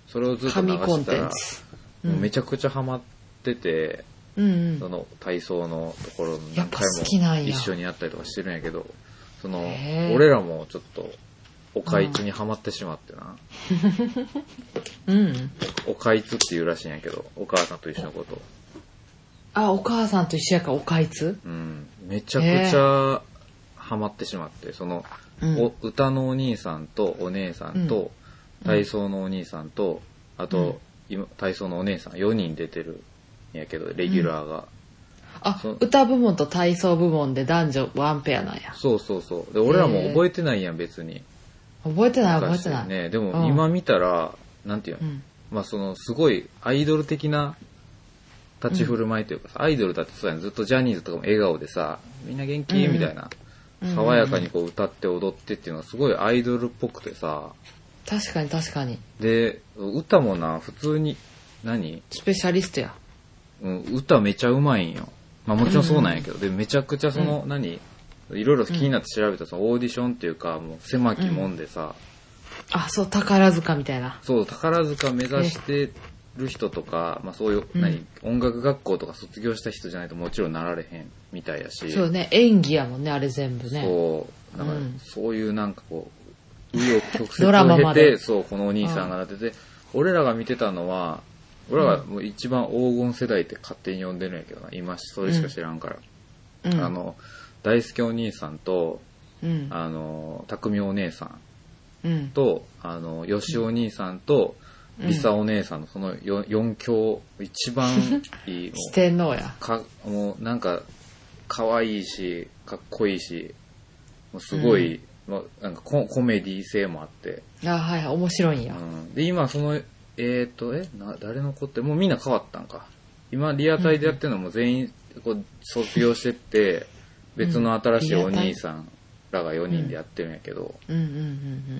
それをずっと流神コンしたら、 テンツ、 うん、もうめちゃくちゃハマってて、 うんうん、 その体操のところ何回も一緒にやったりとかしてるんやけど、その俺らもちょっとおかいつにハマってしまってな、 うん、 おかいつっていうらしいんやけど、お母さんと一緒のこと。 あ、お母さんと一緒やからおかいつ、 うん、めちゃくちゃハマってしまって、その、うん、お歌のお兄さんとお姉さんと、うん、体操のお兄さんと、あと、うん、体操のお姉さんよにん出てるんやけど、レギュラーが、うん、 あ、歌部門と体操部門で男女ワンペアなんや。 そうそうそう。で俺らも覚えてないやん、別に。 覚えてない覚えてない。 ね、でも今見たら、うん、なんていうの、うん、まあそのすごいアイドル的な立ち振る舞いというかさ、うん、アイドルだってそうやん、ずっとジャニーズとかも笑顔でさ、みんな元気、うん、みたいな、爽やかにこう歌って踊ってっていうのはすごいアイドルっぽくてさ。 確かに確かに。 で、歌もな、普通に、何スペシャリストや。 うん、歌めちゃうまいんよ。まあもちろんそうなんやけど、うん、で、めちゃくちゃその、うん、何いろいろ気になって調べたそのオーディションっていうか、もう狭きもんでさ、 うん、あ、そう、宝塚みたいな。 そう、宝塚目指してる人とか、まあそういう、うん、何音楽学校とか卒業した人じゃないともちろんなられへんみたいやし。 そうね、演技やもんね、あれ全部ね。 そう、だからそういうなんかこう、紆余曲折を経て、そう、このお兄さんがなってて、俺らが見てたのは、俺らがもう一番黄金世代って勝手に呼んでるんやけどな、今それしか知らんから。うん、あの、大輔お兄さんと、うん、あの、匠お姉さんと、うん、あの、吉お兄さんと、リサお姉さんのその 4, 4強、一番いい。 四天王や。 か、もうなんか、可愛いし、かっこいいし、もうすごい、うん、なんか コ, コメディ性もあって。 あ、はいはい、面白いんや。 うん、で、今その、えっ、ー、と、えな、誰の子って、もうみんな変わったんか。今、リアタイでやってるのも全員、こう、卒業してって、別の新しいお兄さんらがよにんでやってるんやけど、 うんうんうんうん、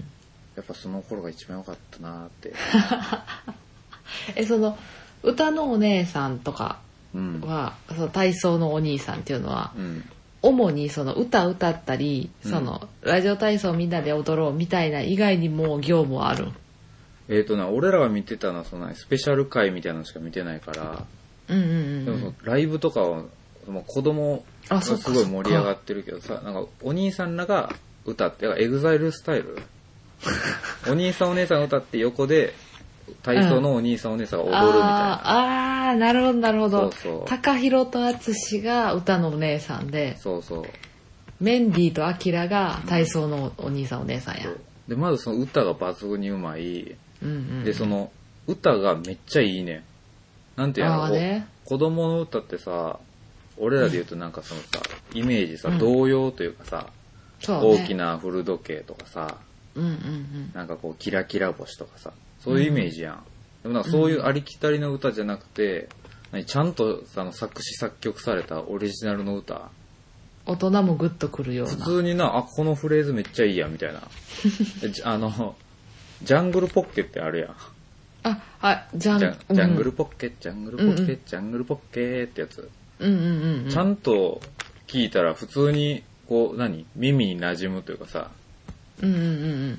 やっぱその頃が一番良かったなーってえ、その歌のお姉さんとかは、うん、その体操のお兄さんっていうのは、うん、主にその歌歌ったり、うん、そのラジオ体操みんなで踊ろうみたいな以外にも業務はあるん？ えっとな、俺らが見てたのはそのスペシャル回みたいなのしか見てないから、 うんうんうんうん、 でもそのライブとかはもう子供がすごい盛り上がってるけどさ、なんかお兄さんらが歌って、エグザイルスタイルお兄さんお姉さんが歌って横で体操のお兄さんお姉さんが踊るみたいな、うん、 ああ、なるほどなるほど。 そうそう、 高弘と淳が歌のお姉さんで、 そうそう、 メンディーとアキラが体操のお兄さんお姉さんや、うん、 でまずその歌が抜群にうまい、 うんうんうん、 でその歌がめっちゃいいね。なんていうの、 ね、 子供の歌ってさ、俺らで言うとなんかそのさ、イメージさ、うん、童謡というかさ、ね、大きな古時計とかさ、 うんうんうん、 なんかこうキラキラ星とかさ、そういうイメージやん、うん、でもなんかそういうありきたりの歌じゃなくて、うん、ちゃんとあの作詞作曲されたオリジナルの歌、 大人もグッとくるような、 普通にな、あ、このフレーズめっちゃいいやみたいなあのジャングルポッケってあるやん、 あ、あ、ジャン、 ジャン、ジャングルポッケ、ジャングルポッケ、うんうん、ジャングルポッケってやつ、 うんうんうんうん、 ちゃんと聞いたら普通にこう何耳に馴染むというかさ、 うんうんうん、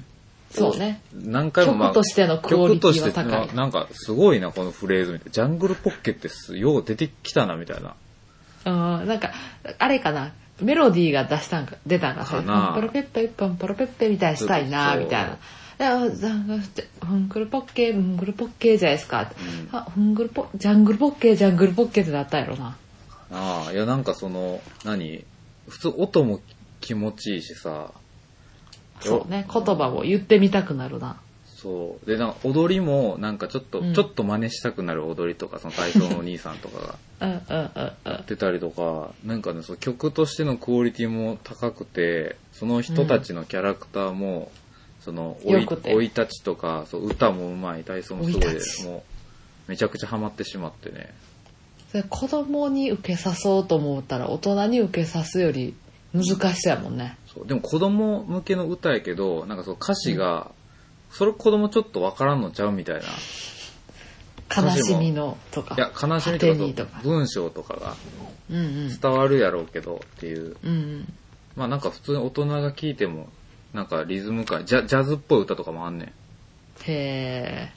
そうね。 何回も、まあ、 曲としてのクオリティは高い。 曲としてなんかすごいなこのフレーズみたいな。ジャングルポッケってよう出てきたなみたいな。 ああ、なんかあれかな、メロディーが出したんか出たんかさ、パロペッペ一本パロペッペみたいにしたいなみたいな。フングルポッケ、フングルポッケじゃないですか。うん、あ、フングルポ、ジャングルポッケ、ジャングルポッケってなったやろな。 ああ、いやなんかその何、普通音も気持ちいいしさ。 そうね、言葉を言ってみたくなるな。 そうで、なんか踊りもなんかちょっと、うん、ちょっと真似したくなる踊りとか、その体操のお兄さんとかがやってたりとか、なんかね、その曲としてのクオリティも高くて、その人たちのキャラクターも、うん、その生い生い立ちとか、そう歌もうまい、体操もすごいです。もうめちゃくちゃハマってしまってね。 子供に受けさそうと思ったら大人に受けさすより難しそうやもんね。 そうでも子供向けの歌やけど、なんかその歌詞が、うん、それ子供ちょっとわからんのちゃうみたいな。 悲しみのとか。 いや、悲しみとか、文章とかが伝わるやろうけどっていう。 うんうん、 まあなんか普通に大人が聴いても、なんかリズム感、ジャ、ジャズっぽい歌とかもあんねん。 へ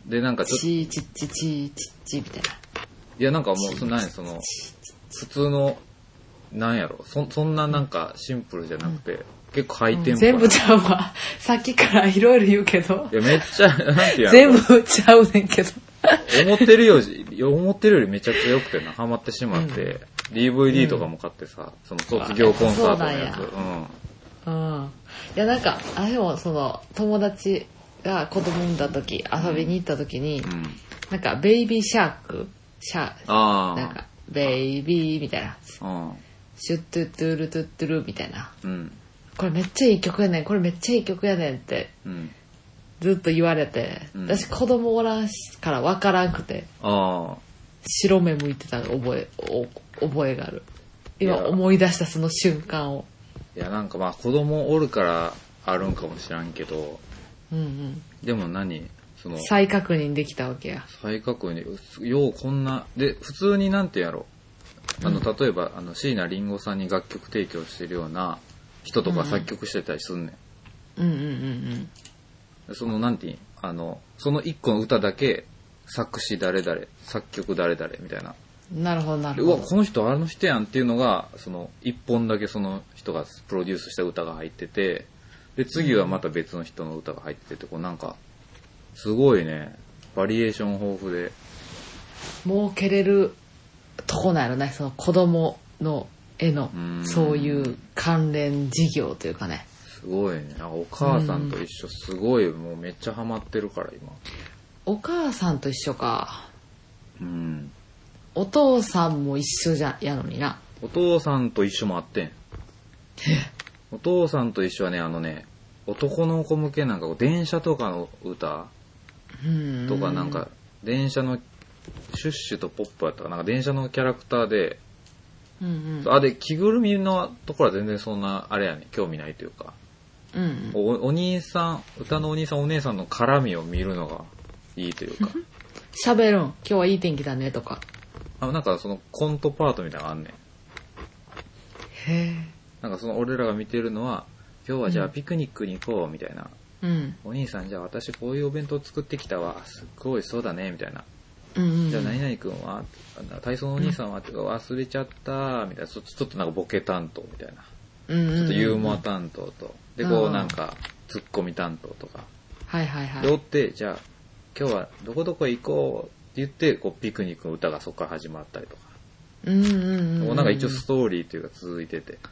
で、なんかちょっと。 チーチッチチーチッチみたいな。 いや、なんかもう、その、何、その、普通の、なんやろ、そ、そんななんかシンプルじゃなくて、うん、結構ハイテンポ、うん。 全部ちゃうわ。さっきからいろいろ言うけど。 いや、めっちゃ、なんていうの全部ちゃうねんけど。 思ってるより、思ってるよりめちゃくちゃ良くてな、ハマってしまって、うん、ディーブイディー とかも買ってさ、うん、その卒業コンサートのやつ。ううん。うん。いや、なんか、あれも、その、友達が子供産んだ時、遊びに行った時に、うん、なんか、ベイビーシャークシャー、あなんか、ベイビーみたいな。うんシュットゥットゥルトゥットゥルみたいな、うん、これめっちゃいい曲やねんこれめっちゃいい曲やねんって、うん、ずっと言われて、うん、私子供おらんから分からんくてあ白目向いてた覚え覚えがある今思い出したその瞬間をいやなんかまあ子供おるからあるんかもしらんけど、うんうん、でも何その再確認できたわけや再確認ようこんなで普通になんてやろあの例えばあの椎名林檎さんに楽曲提供してるような人とか作曲してたりすんねん。うんうんうんうん。そのなんていうあのその一個の歌だけ作詞誰々作曲誰々みたいな。 なるほどなるほど。 うわこの人あの人やんっていうのがその一本だけその人がプロデュースした歌が入っててで次はまた別の人の歌が入っててこうなんかすごいねバリエーション豊富で。 儲けれる。とこなんやろねその子供の絵のそういう関連事業というかねすごいねお母さんと一緒すごいもうめっちゃハマってるから今お母さんと一緒かうんお父さんも一緒じゃやのになお父さんと一緒もあってんお父さんと一緒はねあのね男の子向けなんか電車とかの歌とかなんか電車のシュッシュとポップやったかなんか電車のキャラクターで、うんうん、あで着ぐるみのところは全然そんなあれやね興味ないというか、うんうん、お, お兄さん歌のお兄さんお姉さんの絡みを見るのがいいというか喋るん今日はいい天気だねとかあなんかそのコントパートみたいなのあんねんへえなんかその俺らが見てるのは今日はじゃあピクニックに行こうみたいな、うん、お兄さんじゃあ私こういうお弁当作ってきたわすっごいそうだねみたいなうんうん、じゃあ何々君は体操のお兄さんは、うん、忘れちゃったみたいなちょっとなんかボケ担当みたいな、うんうんうんうん、ちょっとユーモア担当とでこうなんかツッコミ担当とかはいはいはいでおってじゃあ今日はどこどこ行こうって言ってこうピクニックの歌がそこから始まったりとかうんうんうん、うん、なんか一応ストーリーというか続いてて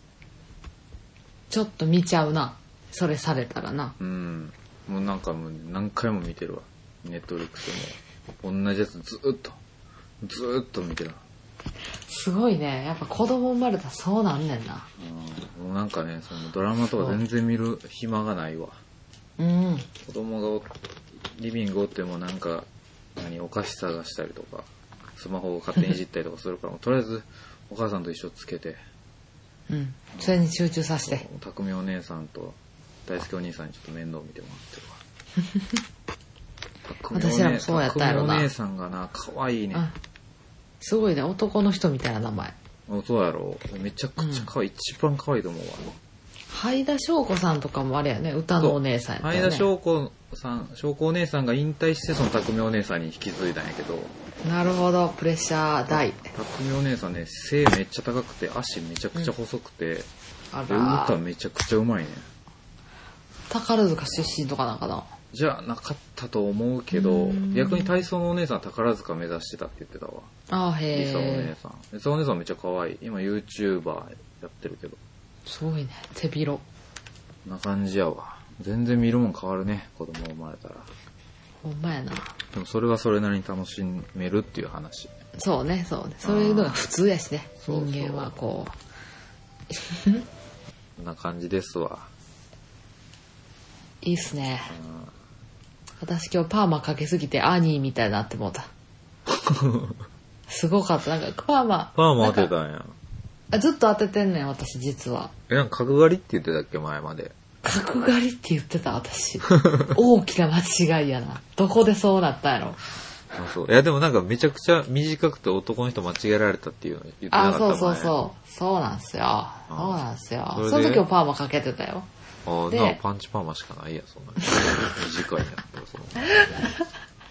ちょっと見ちゃうなそれされたらなうんもうなんかもう何回も見てるわネットフリックスでも同じやつずっとずっと見てるすごいねやっぱ子供生まれたらそうなんねんな、 うん、もうなんかねそのドラマとか全然見る暇がないわ、うん、子供がリビングおってもなんか何お菓子探したりとかスマホを勝手にいじったりとかするからとりあえずお母さんと一緒つけてうんそれに集中させて匠お姉さんと大輔お兄さんにちょっと面倒見てもらってるわ私らもそうやったやろな。 お姉さんがな可愛いね。 すごいね男の人みたいな名前。 そうやろ。めちゃくちゃ可愛い、うん、一番可愛いと思うわ。 はいだしょうこさんとかもあれやね歌のお姉さんやったよね。 はいだしょうこさん、しょうこお姉さんが引退してその匠お姉さんに引き継いだんやけど。 なるほどプレッシャー大。 匠お姉さんね背めっちゃ高くて足めちゃくちゃ細くて、うん、あら歌めちゃくちゃうまいね。 宝塚出身とかなんかな。 じゃなかったと思うけど逆に体操のお姉さん宝塚目指してたって言ってたわ。 あーへえ。 リサお姉さんリサお姉さんめっちゃ可愛い今 YouTuber やってるけどすごいね手広こんな感じやわ。全然見るもん変わるね子供生まれたら。 ほんまやな。 でもそれはそれなりに楽しめるっていう話。 そうねそうねそういうのが普通やしね人間はこうこんな感じですわ。 いいっすね。私今日パーマかけすぎてアニーみたいになってもうた。すごかった。なんかパーマ。 パーマ当てたんや。 あずっと当ててんねん私実は。 えなんか角刈りって言ってたっけ前まで。 角刈りって言ってた私。大きな間違いやな。どこでそうなったんやろ。 あそういやでもなんかめちゃくちゃ短くて男の人間違えられたっていうの言ってなかった。 あそうそうそうそうなんすよ。そうなんすよ。その時はパーマかけてたよ。 ああ、なパンチパーマしかないや、そんな。短いやん。その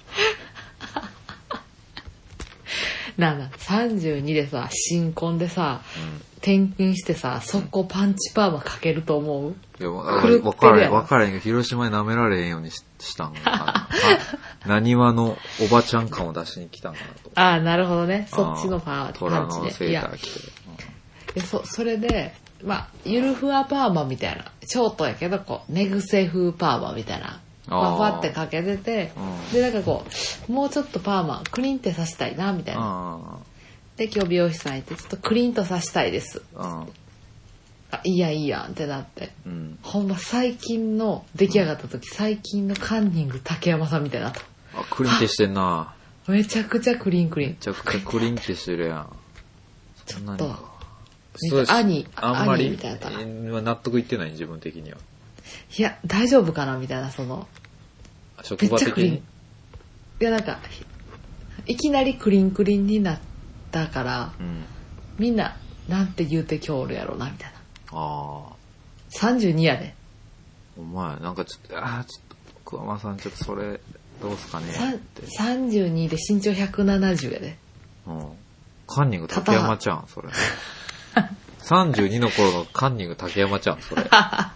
なあなあ、さんじゅうにでさ、新婚でさ、うん、転勤してさ、速攻パンチパーマかけると思う？ いや、わからへん、わからへんけど、広島に舐められへんように し, したんかな。何話のおばちゃん感を出しに来たんかなと。 ああ、なるほどね。そっちのパンチで。 虎のセーター着て。 いや、そ、それで、まあ、ゆるふわパーマみたいな。ショートやけど、こう、寝癖風パーマみたいな。ふわふわってかけてて、うん、で、なんかこう、もうちょっとパーマ、クリンってさせたいな、みたいな。で、今日美容師さん行って、ちょっとクリンとさせたいです。あ、いいやいいやんってなって。うん、ほんま最近の、出来上がった時、最近のカンニング竹山さんみたいなと。 あ、クリンってしてんな。 めちゃくちゃクリンクリン。めちゃくちゃクリンってしてるやん。 ちょっと。兄、 あんまりみたいな。 納得いってない自分的には。 いや、大丈夫かなみたいな、その。 職場的に。 いや、なんか、いきなりクリンクリンになったから、うん、みんな、なんて言うて今日おるやろうな、みたいな。ああ。さんじゅうにやで。 お前、なんかちょっと、ああ、ちょっと、桑間さん、ちょっとそれ、どうすかねって。 さんじゅうにで身長ひゃくななじゅうやで。 うん。カンニング竹山ちゃん、それ。さんじゅうにの頃のカンニング竹山ちゃん、それ。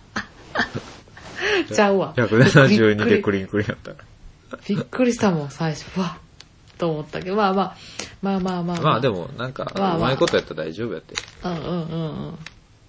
ちゃうわ。 ひゃくななじゅうにでクリンクリンやったら。 びっくりしたもん、最初。わっと思ったけど、まあまあ、まあまあまあ。 まあでも、なんか、まあまあ、うまいことやったら大丈夫やって。 うんうんうんうん。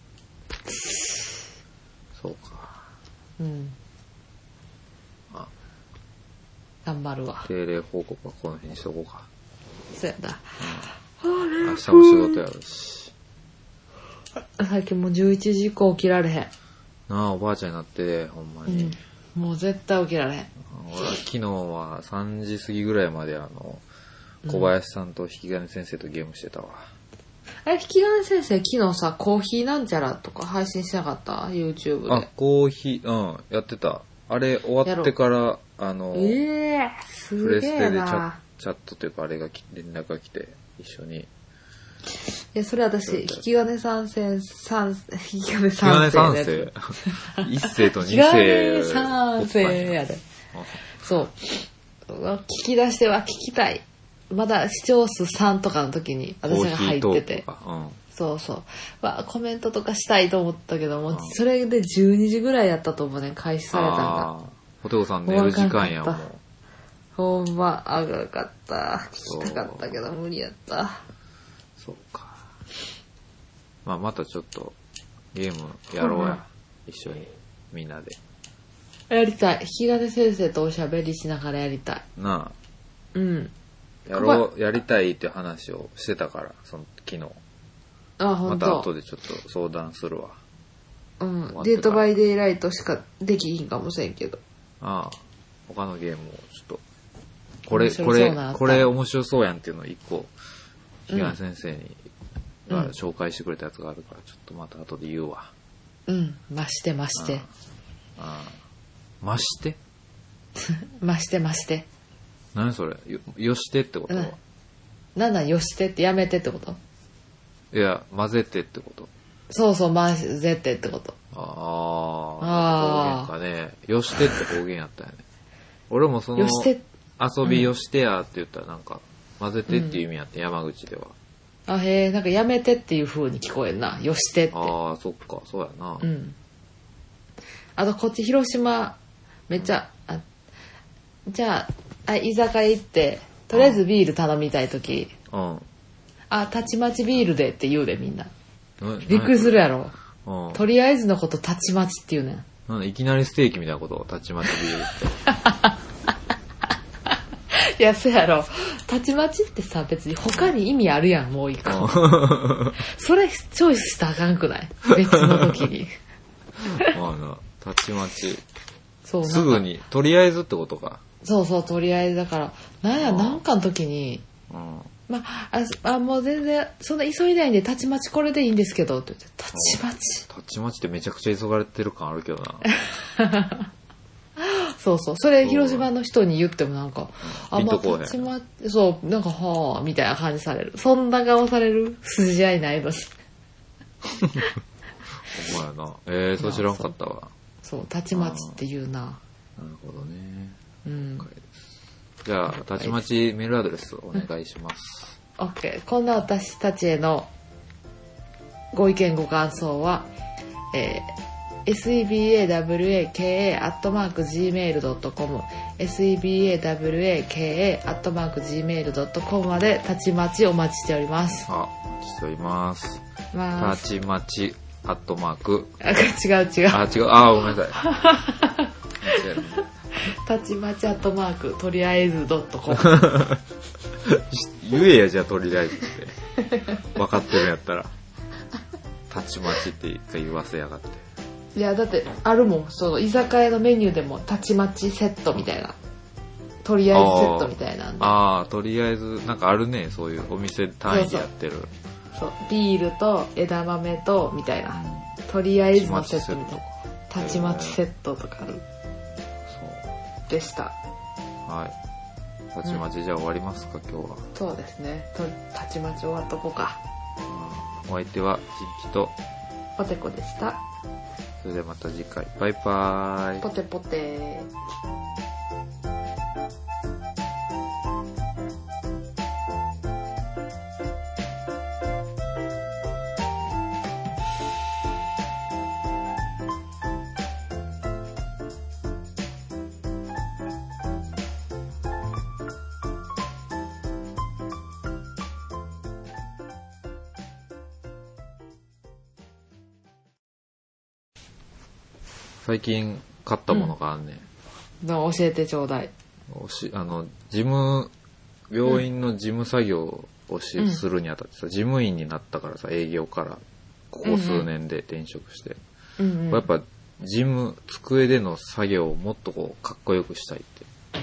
そうか。 うん。まあ。頑張るわ。 定例報告はこの日にしとこうか。 そうやな。 うん、明日も仕事やるし。 最近もうじゅういちじ以降起きられへん。 なあ、おばあちゃんになって、ほんまに。 うん、もう絶対起きられへん。 俺は昨日はさんじ過ぎぐらいまであの、小林さんと引き金先生とゲームしてたわ。 うん、あれ、引き金先生昨日さ、コーヒーなんちゃらとか配信してなかった ?YouTube で。 あ、コーヒー、うん、やってた。あれ終わってから、あの、 ええー、すげえな。 プレステでチャ、チャットというかあれが連絡が来て、一緒に。 いや、それ私、引き金三世、三、引き金三世。引き金三世一世と二世。引き金三世やで。そう。聞き出しては聞きたい。まだ視聴数さんとかの時に私が入ってて。うん、そうそう。わ、コメントとかしたいと思ったけども、うん、それでじゅうにじぐらいやったと思うね、開始されたんが。 ホテコさん寝る時間やもう。 ほんま、あがかった。聞きたかったけど無理やった。 そうか。まあ、またちょっとゲームやろうや、うん、一緒にみんなでやりたい。引き金先生とおしゃべりしながらやりたいなあ。 うんやろう、やりたいって話をしてたからその昨日。 あ、ほんと。 また後でちょっと相談するわ。 うん。デートバイデイライトしかできひんかもしれんけど。 ああ、他のゲームをちょっとこれこれこれ面白そうやんっていうのを一個引き金先生に、うん、紹介してくれたやつがあるからちょっとまた後で言うわ。 うん、増して増して。 ああ、増して増して増して。 何それ よ, よしてってこと、うん、 なんだよしてってやめてってこと？ いや、混ぜてってこと？ そうそう、混ぜてってこと。 ああ、方言かね。よしてって方言やったよね。俺もその遊びよしてやって言ったらなんか混ぜてっていう意味やって、うん、山口では。 あ、へえ、なんかやめてっていう風に聞こえんな。よしてって。 ああ、そっか、そうやな。 うん。あとこっち広島めっちゃ、あ、じゃあ、あ、居酒屋行ってとりあえずビール頼みたいとき、うん、あ、たちまちビールでって言うでみんな。びっくりするやろ。うん、とりあえずのことたちまちって言うねん。 なんだいきなりステーキみたいなことたちまちビールって。 いや、そうやろ。たちまちってさ、別に他に意味あるやん、もう一個。それチョイスしたらあかんくない？別の時に。 まあな、たちまち。そう、すぐに、とりあえずってことか。 そうそう、とりあえずだから、なんや、なんかの時に、うん、まあ、あ、もう全然、そんな急いないんで、たちまちこれでいいんですけど、って言って、たちまち。 たちまちってめちゃくちゃ急がれてる感あるけどな。 そうそう。それ、広島の人に言ってもなんか、あ、まあ、たちまち、そう、なんか、はぁ、みたいな感じされる。そんな顔される筋合いないのに。 ほんまやな。えー、そう知らんかったわ。 そう、たちまちって言うな。 なるほどね。 うん。 じゃあ、たちまちメールアドレスお願いします。 OK。こんな私たちへのご意見ご感想は、えー、セバワアットマークジーメールドットコム セバワアットマークジーメールドットコム までたちまちお待ちしております。 あ、お待ちしております。 またちまちアットマーク。 あ、違う違う。 あ、違う。あ、ごめんなさい。 たちまちアットマークとりあえずドットコム。 言えや、じゃあとりあえずって分かってるんやったらたちまちって一回言わせやがって。 いやだってあるもん、その居酒屋のメニューでもたちまちセットみたいな、とりあえずセットみたいなんで。 ああ、とりあえずなんかあるね、そういうお店単位でやってる。 そうそう、ビールと枝豆とみたいな、うん、とりあえずのセットみたいな、たちまちセットとかある。そうでした。 はい、たちまちじゃあ終わりますか、うん、今日は。 そうですね、とたちまち終わっとこうか。 うん、お相手は実機とポテコでした。 それではまた次回、バイバーイ。 ポテポテ。 最近買ったものがあんねん、 うん、教えてちょうだい。 おしあの事務病院の事務作業をし、うん、するにあたってさ、事務員になったからさ、営業からここ数年で転職して、うんうん、やっぱ事務机での作業をもっとこうかっこよくしたいって。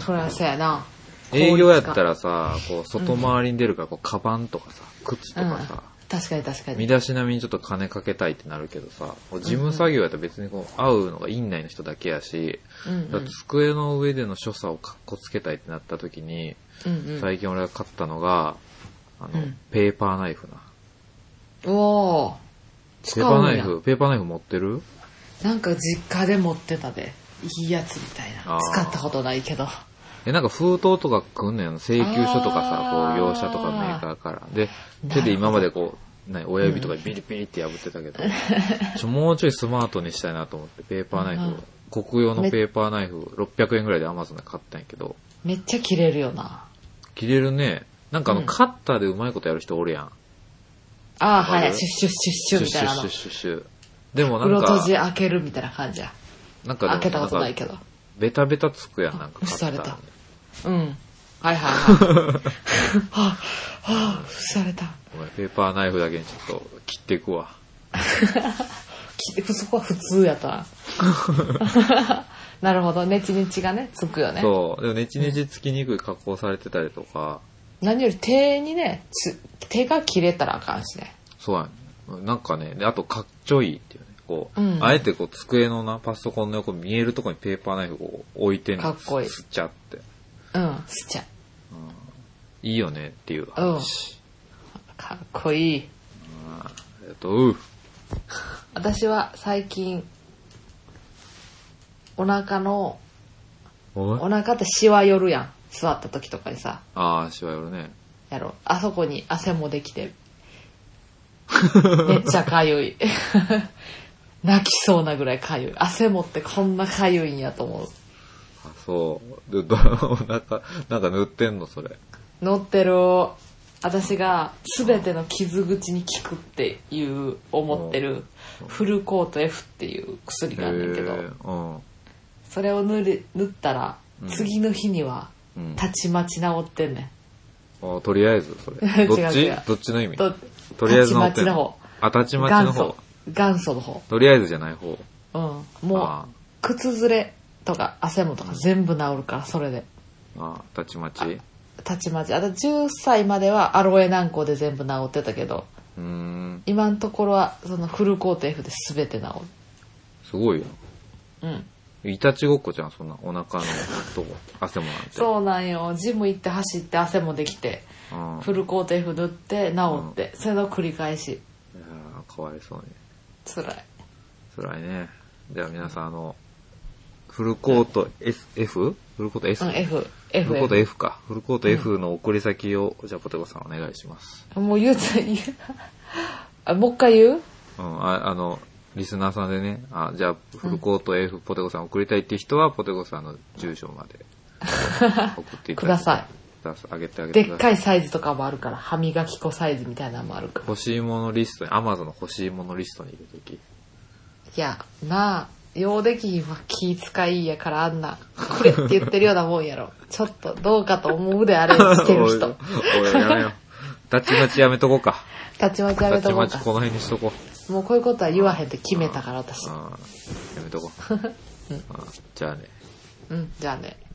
そりゃそうやな。 営業やったらさ、こう外回りに出るからこうカバンとかさ、靴とかさ、うん、 確かに確かに。 身だしなみにちょっと金かけたいってなるけどさ、事務作業やったら別にこう会うのが院内の人だけやし、うんうん、だ机の上での所作をかっこつけたいってなった時に、うんうん、最近俺が買ったのがあの、うん、ペーパーナイフな。 おー、 ペーパーナイフ、ペーパーナイフ持ってる？ なんか実家で持ってたで、いいやつみたいな。使ったことないけど。 え、なんか封筒とか来んねん、請求書とかさ、こう業者とかメーカーからで、手で今までこう何親指とかビリビリって破ってたけど、うん、ちょもうちょいスマートにしたいなと思ってペーパーナイフ、うん、国用のペーパーナイフろっぴゃくえんぐらいでアマゾンで買ったんやけど、 めっちゃ切れるよな。 切れるね。なんかあの、うん、カッターでうまいことやる人おるやん。 ああ、はい、シュッシュッシュッシュみたいなの。 シュッシュッシュッシュッ。でもなんか袋閉じ開けるみたいな感じや。 なんか開けたことないけど。 ベタベタつくやん、なんかカッター。 された。うん。はいはいはい。はあ、はあ、された。 ごめん、ペーパーナイフだけにちょっと切っていくわ。 切っていく、そこは普通やったな。なるほど、ネチネチがね、つくよね。 そう。でもネチネチつきにくい加工されてたりとか。 何より手にね、手が切れたらあかんしね。 そうやね。なんかね、あとかっちょいいっていうね。こう、うん、あえてこう机のな、パソコンの横見えるところにペーパーナイフを置いてんの。 かっこいい。 すっちゃって。 うん、すっちゃ。 うん、いいよねっていう話。 うん、かっこいい。 あ, ありがとう。 私は最近、お腹の、お, お腹ってシワ寄るやん。座った時とかにさ。 ああ、シワ寄るね。 やろ。あそこに汗もできて、めっちゃかゆい。泣きそうなぐらいかゆい。汗もってこんなかゆいんやと思う。 あ、そう。で、どお腹、なんか塗ってんのそれ。 塗ってる。私が全ての傷口に効くっていう思ってるフルコート F っていう薬があるんだけど、うん、それを塗り塗ったら次の日にはたちまち治ってんねん、うん、 あ、とりあえずそれどっち違う違うどっちの意味？とりあえず治ってんの？あ、たちまちの方。 元祖の方。 とりあえずじゃない方。 うん。もう靴ずれとか汗もとか全部治るから、それで。 ああ、たちまち。 たちまち。あとじゅっさいまではアロエ軟膏で全部治ってたけど、うーん、今のところはそのフルコート F で全て治る。 すごいよ。 うん。 いたちごっこじゃん、そんなお腹のと汗もなんて。 そうなんよ。ジム行って走って汗もできて、うん、フルコート F 塗って治って、うん、それの繰り返し。いやー、かわいそうに。 辛い。 辛いね。じゃあ皆さん、あのフルコート F? フルコート S? うん、F。F。 フルコート F か。フルコート F の送り先を、うん、じゃあポテコさんお願いします。 もう言うて、言う。あ、もう一回言う？ うん、あ、あの、リスナーさんでね、あ、じゃあフルコート F、うん、ポテコさん送りたいっていう人は、ポテコさんの住所まで送っていただいて。 ください。 あげてあげてください。 でっかいサイズとかもあるから、歯磨き粉サイズみたいなのもあるから。 欲しいものリストに、アマゾンの欲しいものリストに入れるとき。 いや、なあ、ようできひんは気遣いやからあんな、くれって言ってるようなもんやろ。ちょっとどうかと思うであれしてる人。 おい、おいやめよう。たちまちやめとこうか。 たちまちやめとこうか。 たちまちこの辺にしとこう。もうこういうことは言わへんって決めたから私。 ああやめとこう。うん、じゃあね。 うん、じゃあね。